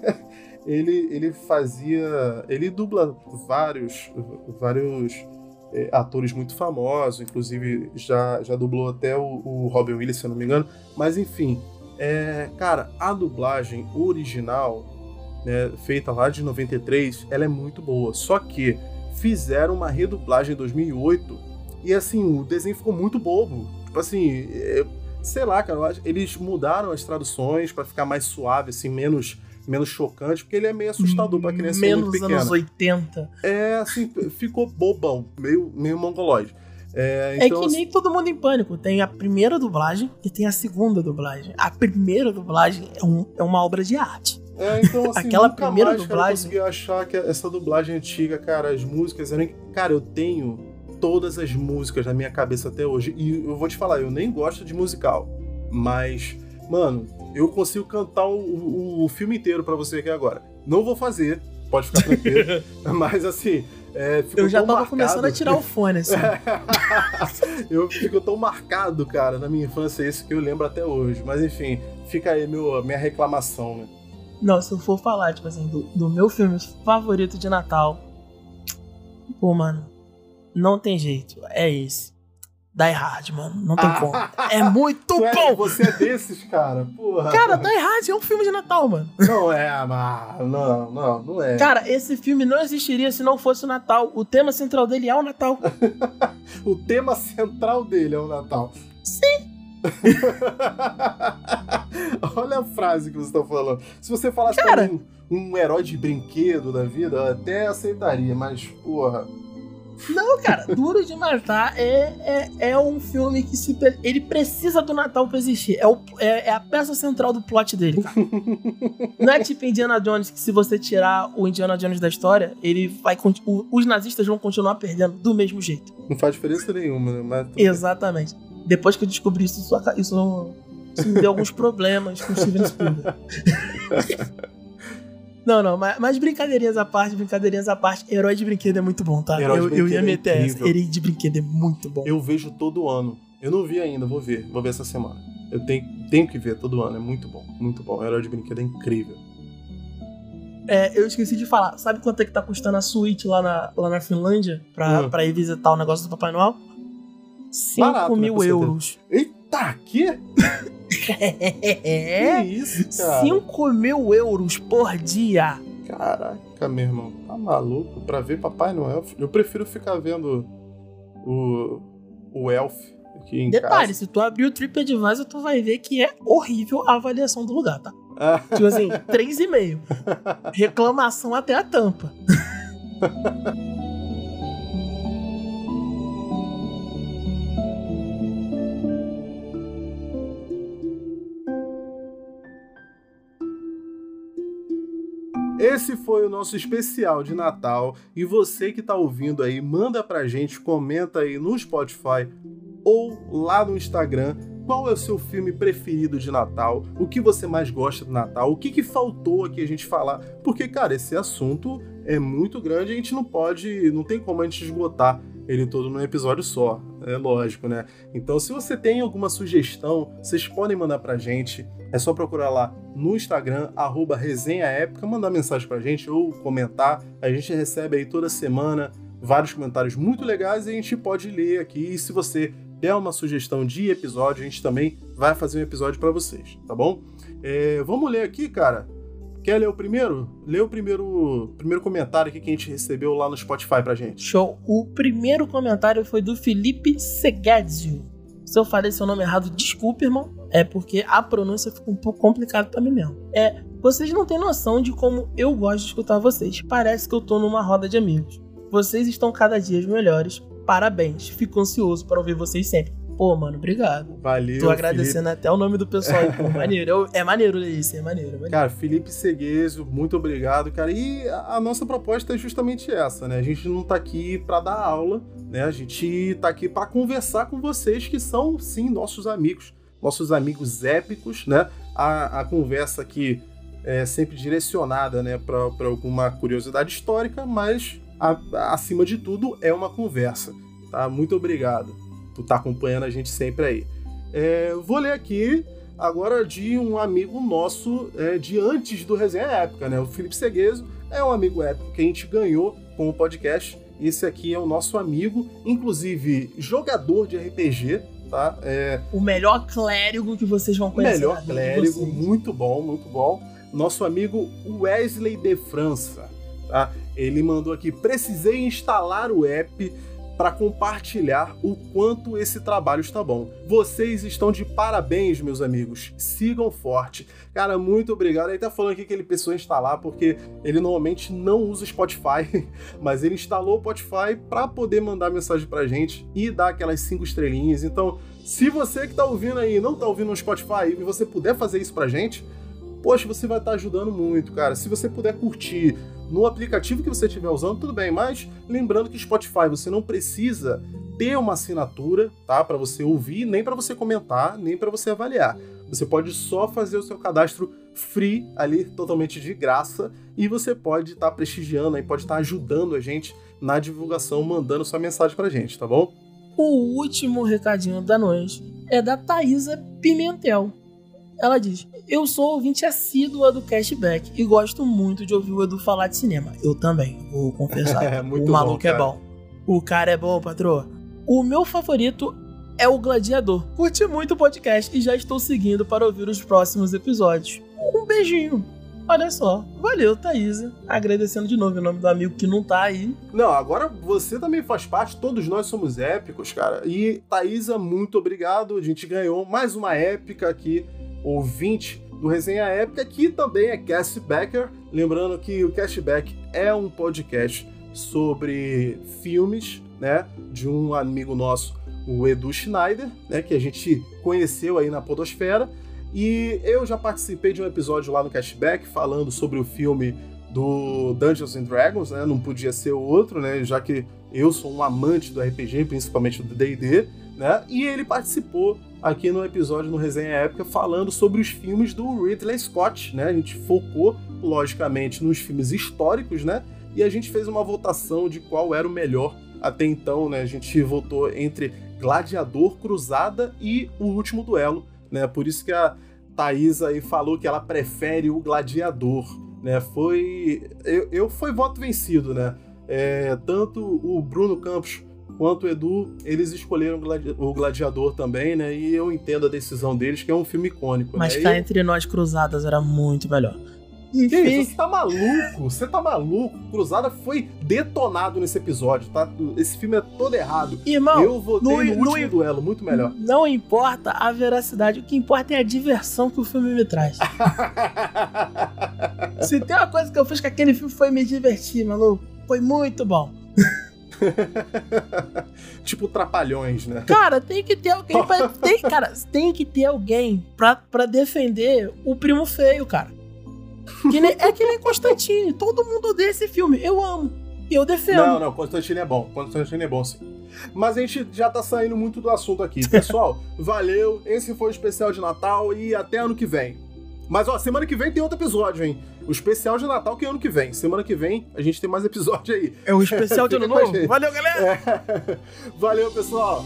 ele, ele fazia... Ele dubla vários... vários é, atores muito famosos, inclusive já, já dublou até o, o Robin Williams, se eu não me engano. Mas enfim... É, cara, a dublagem original, né, feita lá de noventa e três, ela é muito boa. Só que fizeram uma redublagem em dois mil e oito e, assim, o desenho ficou muito bobo. Tipo assim, é, sei lá, cara, eles mudaram as traduções pra ficar mais suave, assim, menos, menos chocante, porque ele é meio assustador pra criança Menos muito pequena. anos oitenta. É, assim, ficou bobão, meio, meio mongoloide. É, É então, que nem Todo Mundo em Pânico. Tem a primeira dublagem e tem a segunda dublagem. A primeira dublagem é, um, é uma obra de arte. É, então, assim, Aquela nunca primeira mais, cara, eu dublagem- consegui achar que essa dublagem antiga, cara, as músicas eram... Cara, eu tenho todas as músicas na minha cabeça até hoje. E eu vou te falar, eu nem gosto de musical. Mas, mano, eu consigo cantar o, o, o filme inteiro pra você aqui agora. Não vou fazer, pode ficar tranquilo. Mas, assim... É, Eu já tão tava marcado. começando a tirar o fone, assim. Eu fico tão marcado, cara, na minha infância, isso que eu lembro até hoje. Mas enfim, fica aí meu, minha reclamação, né? Não, se eu for falar, tipo assim, do, do meu filme favorito de Natal, pô, mano, não tem jeito. É esse. Die Hard, mano. Não tem Ah. como. É muito Tu é- bom! você é desses, cara, porra. Cara, Die Hard é um filme de Natal, mano. Não é, mas... Não, não, não é. Cara, esse filme não existiria se não fosse o Natal. O tema central dele é o Natal. O tema central dele é o Natal. Sim. Olha a frase que você tá falando. Se você falasse Cara. pra mim um herói de brinquedo da vida, eu até aceitaria, mas, porra... Não, cara, Duro de Matar é, é, é um filme que se, ele precisa do Natal pra existir. É, o, é, é a peça central do plot dele, cara. Não é tipo Indiana Jones, que se você tirar o Indiana Jones da história, ele vai, os nazistas vão continuar perdendo do mesmo jeito. Não faz diferença nenhuma, né? Mas... Exatamente. Depois que eu descobri isso, isso, isso, isso me deu alguns problemas com o Steven Spielberg. Não, não, mas, mas brincadeirinhas à parte, brincadeirinhas à parte, Herói de Brinquedo é muito bom, tá? Herói de eu, eu ia meter é essa. Herói de Brinquedo é muito bom. Eu vejo todo ano. Eu não vi ainda, vou ver. Vou ver essa semana. Eu tenho, tenho que ver todo ano, é muito bom, muito bom. Herói de Brinquedo é incrível. É, eu esqueci de falar. Sabe quanto é que tá custando a suíte lá na, lá na Finlândia pra, hum. pra ir visitar o negócio do Papai Noel? cinco mil euros. Eita, que? É? Que isso, cara? cinco mil euros por dia. Caraca, meu irmão. Tá maluco? Pra ver Papai Noel? Eu prefiro ficar vendo o, o Elf aqui em Detalhe, casa. se tu abrir o TripAdvisor, tu vai ver que é horrível a avaliação do lugar, tá? Ah. Tipo assim, três e meio. Reclamação até a tampa. Esse foi o nosso especial de Natal, e você que tá ouvindo aí, manda pra gente, comenta aí no Spotify ou lá no Instagram qual é o seu filme preferido de Natal, o que você mais gosta do Natal, o que, que faltou aqui a gente falar, porque, cara, esse assunto é muito grande, a gente não pode, não tem como a gente esgotar ele todo num episódio só, é lógico, né? Então, se você tem alguma sugestão, vocês podem mandar pra gente, é só procurar lá no Instagram, arroba Resenha Épica, mandar mensagem pra gente ou comentar, a gente recebe aí toda semana vários comentários muito legais e a gente pode ler aqui, e se você der uma sugestão de episódio, a gente também vai fazer um episódio pra vocês, tá bom? É, vamos ler aqui, cara. Quer ler o primeiro? Lê o primeiro, primeiro comentário aqui que a gente recebeu lá no Spotify pra gente. Show! O primeiro comentário foi do Felipe Segadzio. Se eu falei seu nome errado, desculpe, irmão. É porque a pronúncia fica um pouco complicada pra mim mesmo. É, vocês não têm noção de como eu gosto de escutar vocês. Parece que eu tô numa roda de amigos. Vocês estão cada dia melhores. Parabéns. Fico ansioso para ouvir vocês sempre. Pô, mano, obrigado. Valeu, tô agradecendo Felipe. Até o nome do pessoal. Pô, maneiro. Eu, é maneiro isso, é maneiro, é maneiro. Cara, Felipe Segueso, muito obrigado, cara. E a, a nossa proposta é justamente essa, né? A gente não tá aqui pra dar aula, né? A gente tá aqui pra conversar com vocês, que são, sim, nossos amigos. Nossos amigos épicos, né? A, a conversa aqui é sempre direcionada, né, pra, pra alguma curiosidade histórica, mas, a, a, acima de tudo, é uma conversa, tá? Muito obrigado por estar acompanhando a gente sempre aí. É, vou ler aqui agora de um amigo nosso é, de antes do Resenha Épica, né? O Felipe Segueso é um amigo épico que a gente ganhou com o podcast. Esse aqui é o nosso amigo, inclusive jogador de R P G, tá? É, o melhor clérigo que vocês vão conhecer. O melhor clérigo, muito bom, muito bom. Nosso amigo Wesley de França, tá? Ele mandou aqui: precisei instalar o app para compartilhar o quanto esse trabalho está bom. Vocês estão de parabéns, meus amigos. Sigam forte. Cara, muito obrigado. Ele tá falando aqui que ele precisou instalar porque ele normalmente não usa Spotify, mas ele instalou o Spotify para poder mandar mensagem pra gente e dar aquelas cinco estrelinhas. Então, se você que tá ouvindo aí não tá ouvindo no Spotify e você puder fazer isso pra gente, poxa, você vai estar ajudando muito, cara. Se você puder curtir no aplicativo que você estiver usando, tudo bem, mas lembrando que Spotify você não precisa ter uma assinatura, tá, para você ouvir, nem para você comentar, nem para você avaliar. Você pode só fazer o seu cadastro free ali, totalmente de graça, e você pode estar tá prestigiando, aí pode estar tá ajudando a gente na divulgação, mandando sua mensagem pra gente, tá bom? O último recadinho da noite é da Thaisa Pimentel. Ela diz: eu sou ouvinte assídua do Cashback e gosto muito de ouvir o Edu falar de cinema. Eu também, vou confessar. É, muito o maluco bom, é bom. O cara é bom, patroa. O meu favorito é o Gladiador. Curti muito o podcast e já estou seguindo para ouvir os próximos episódios. Um beijinho. Olha só, valeu, Thaisa. Agradecendo de novo o nome do amigo que não tá aí. Não, agora você também faz parte, todos nós somos épicos, cara. E Thaisa, muito obrigado. A gente ganhou mais uma épica aqui, ouvinte do Resenha Épica, que também é Cashbacker. Lembrando que o Cashback é um podcast sobre filmes, né, de um amigo nosso, o Edu Schneider, né, que a gente conheceu aí na podosfera, e eu já participei de um episódio lá no Cashback falando sobre o filme do Dungeons and Dragons, né, não podia ser outro, né, já que eu sou um amante do R P G, principalmente do D e D, né, e ele participou aqui no episódio no Resenha Épica falando sobre os filmes do Ridley Scott, né, a gente focou, logicamente, nos filmes históricos, né, e a gente fez uma votação de qual era o melhor até então, né, a gente votou entre Gladiador, Cruzada e O Último Duelo, né, por isso que a Thaís aí falou que ela prefere o Gladiador, né, foi... Eu, eu foi voto vencido, né, é, tanto o Bruno Campos quanto o Edu, eles escolheram o Gladiador também, né, e eu entendo a decisão deles, que é um filme icônico. Mas né? cá eu... entre nós, Cruzadas era muito melhor. Que isso, você tá maluco? Você tá maluco? Cruzada foi detonado nesse episódio, tá? Esse filme é todo errado. Irmão, eu votei no, no último no, duelo, muito melhor. Não importa a veracidade, o que importa é a diversão que o filme me traz. Se tem uma coisa que eu fiz com aquele filme foi me divertir, maluco. Foi muito bom. Tipo Trapalhões, né? Cara, tem que ter alguém pra... Tem, cara, tem que ter alguém pra, pra defender o primo feio, cara. Que nem, é que nem Constantine. Todo mundo odeia esse filme. Eu amo. Eu defendo. Não, não, Constantine é bom. Constantine é bom, sim. Mas a gente já tá saindo muito do assunto aqui. Pessoal, valeu. Esse foi o especial de Natal e até ano que vem. Mas, ó, semana que vem tem outro episódio, hein? O especial de Natal que é ano que vem. Semana que vem a gente tem mais episódio aí. É o especial de ano novo? Valeu, galera! É. Valeu, pessoal!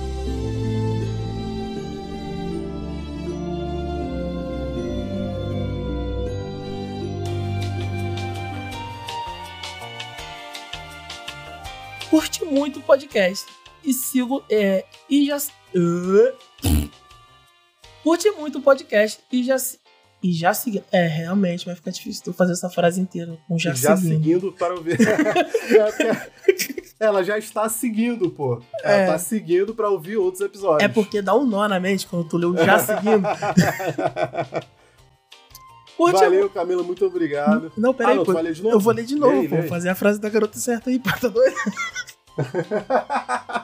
Curte muito o podcast e sigo é, e já uh, curte muito o podcast e já e já seguindo. É, realmente vai ficar difícil tu fazer essa frase inteira com já, já seguindo. seguindo para ouvir. Ela já está seguindo, pô. Ela é. tá seguindo para ouvir outros episódios. É porque dá um nó na mente quando tu leu já seguindo. Curte Valeu, a... Camila, muito obrigado. Não, peraí, ah, não, pô. De novo? Eu vou ler de novo, ei, pô. ei. Fazer a frase da garota certa aí, pô. Tá doido?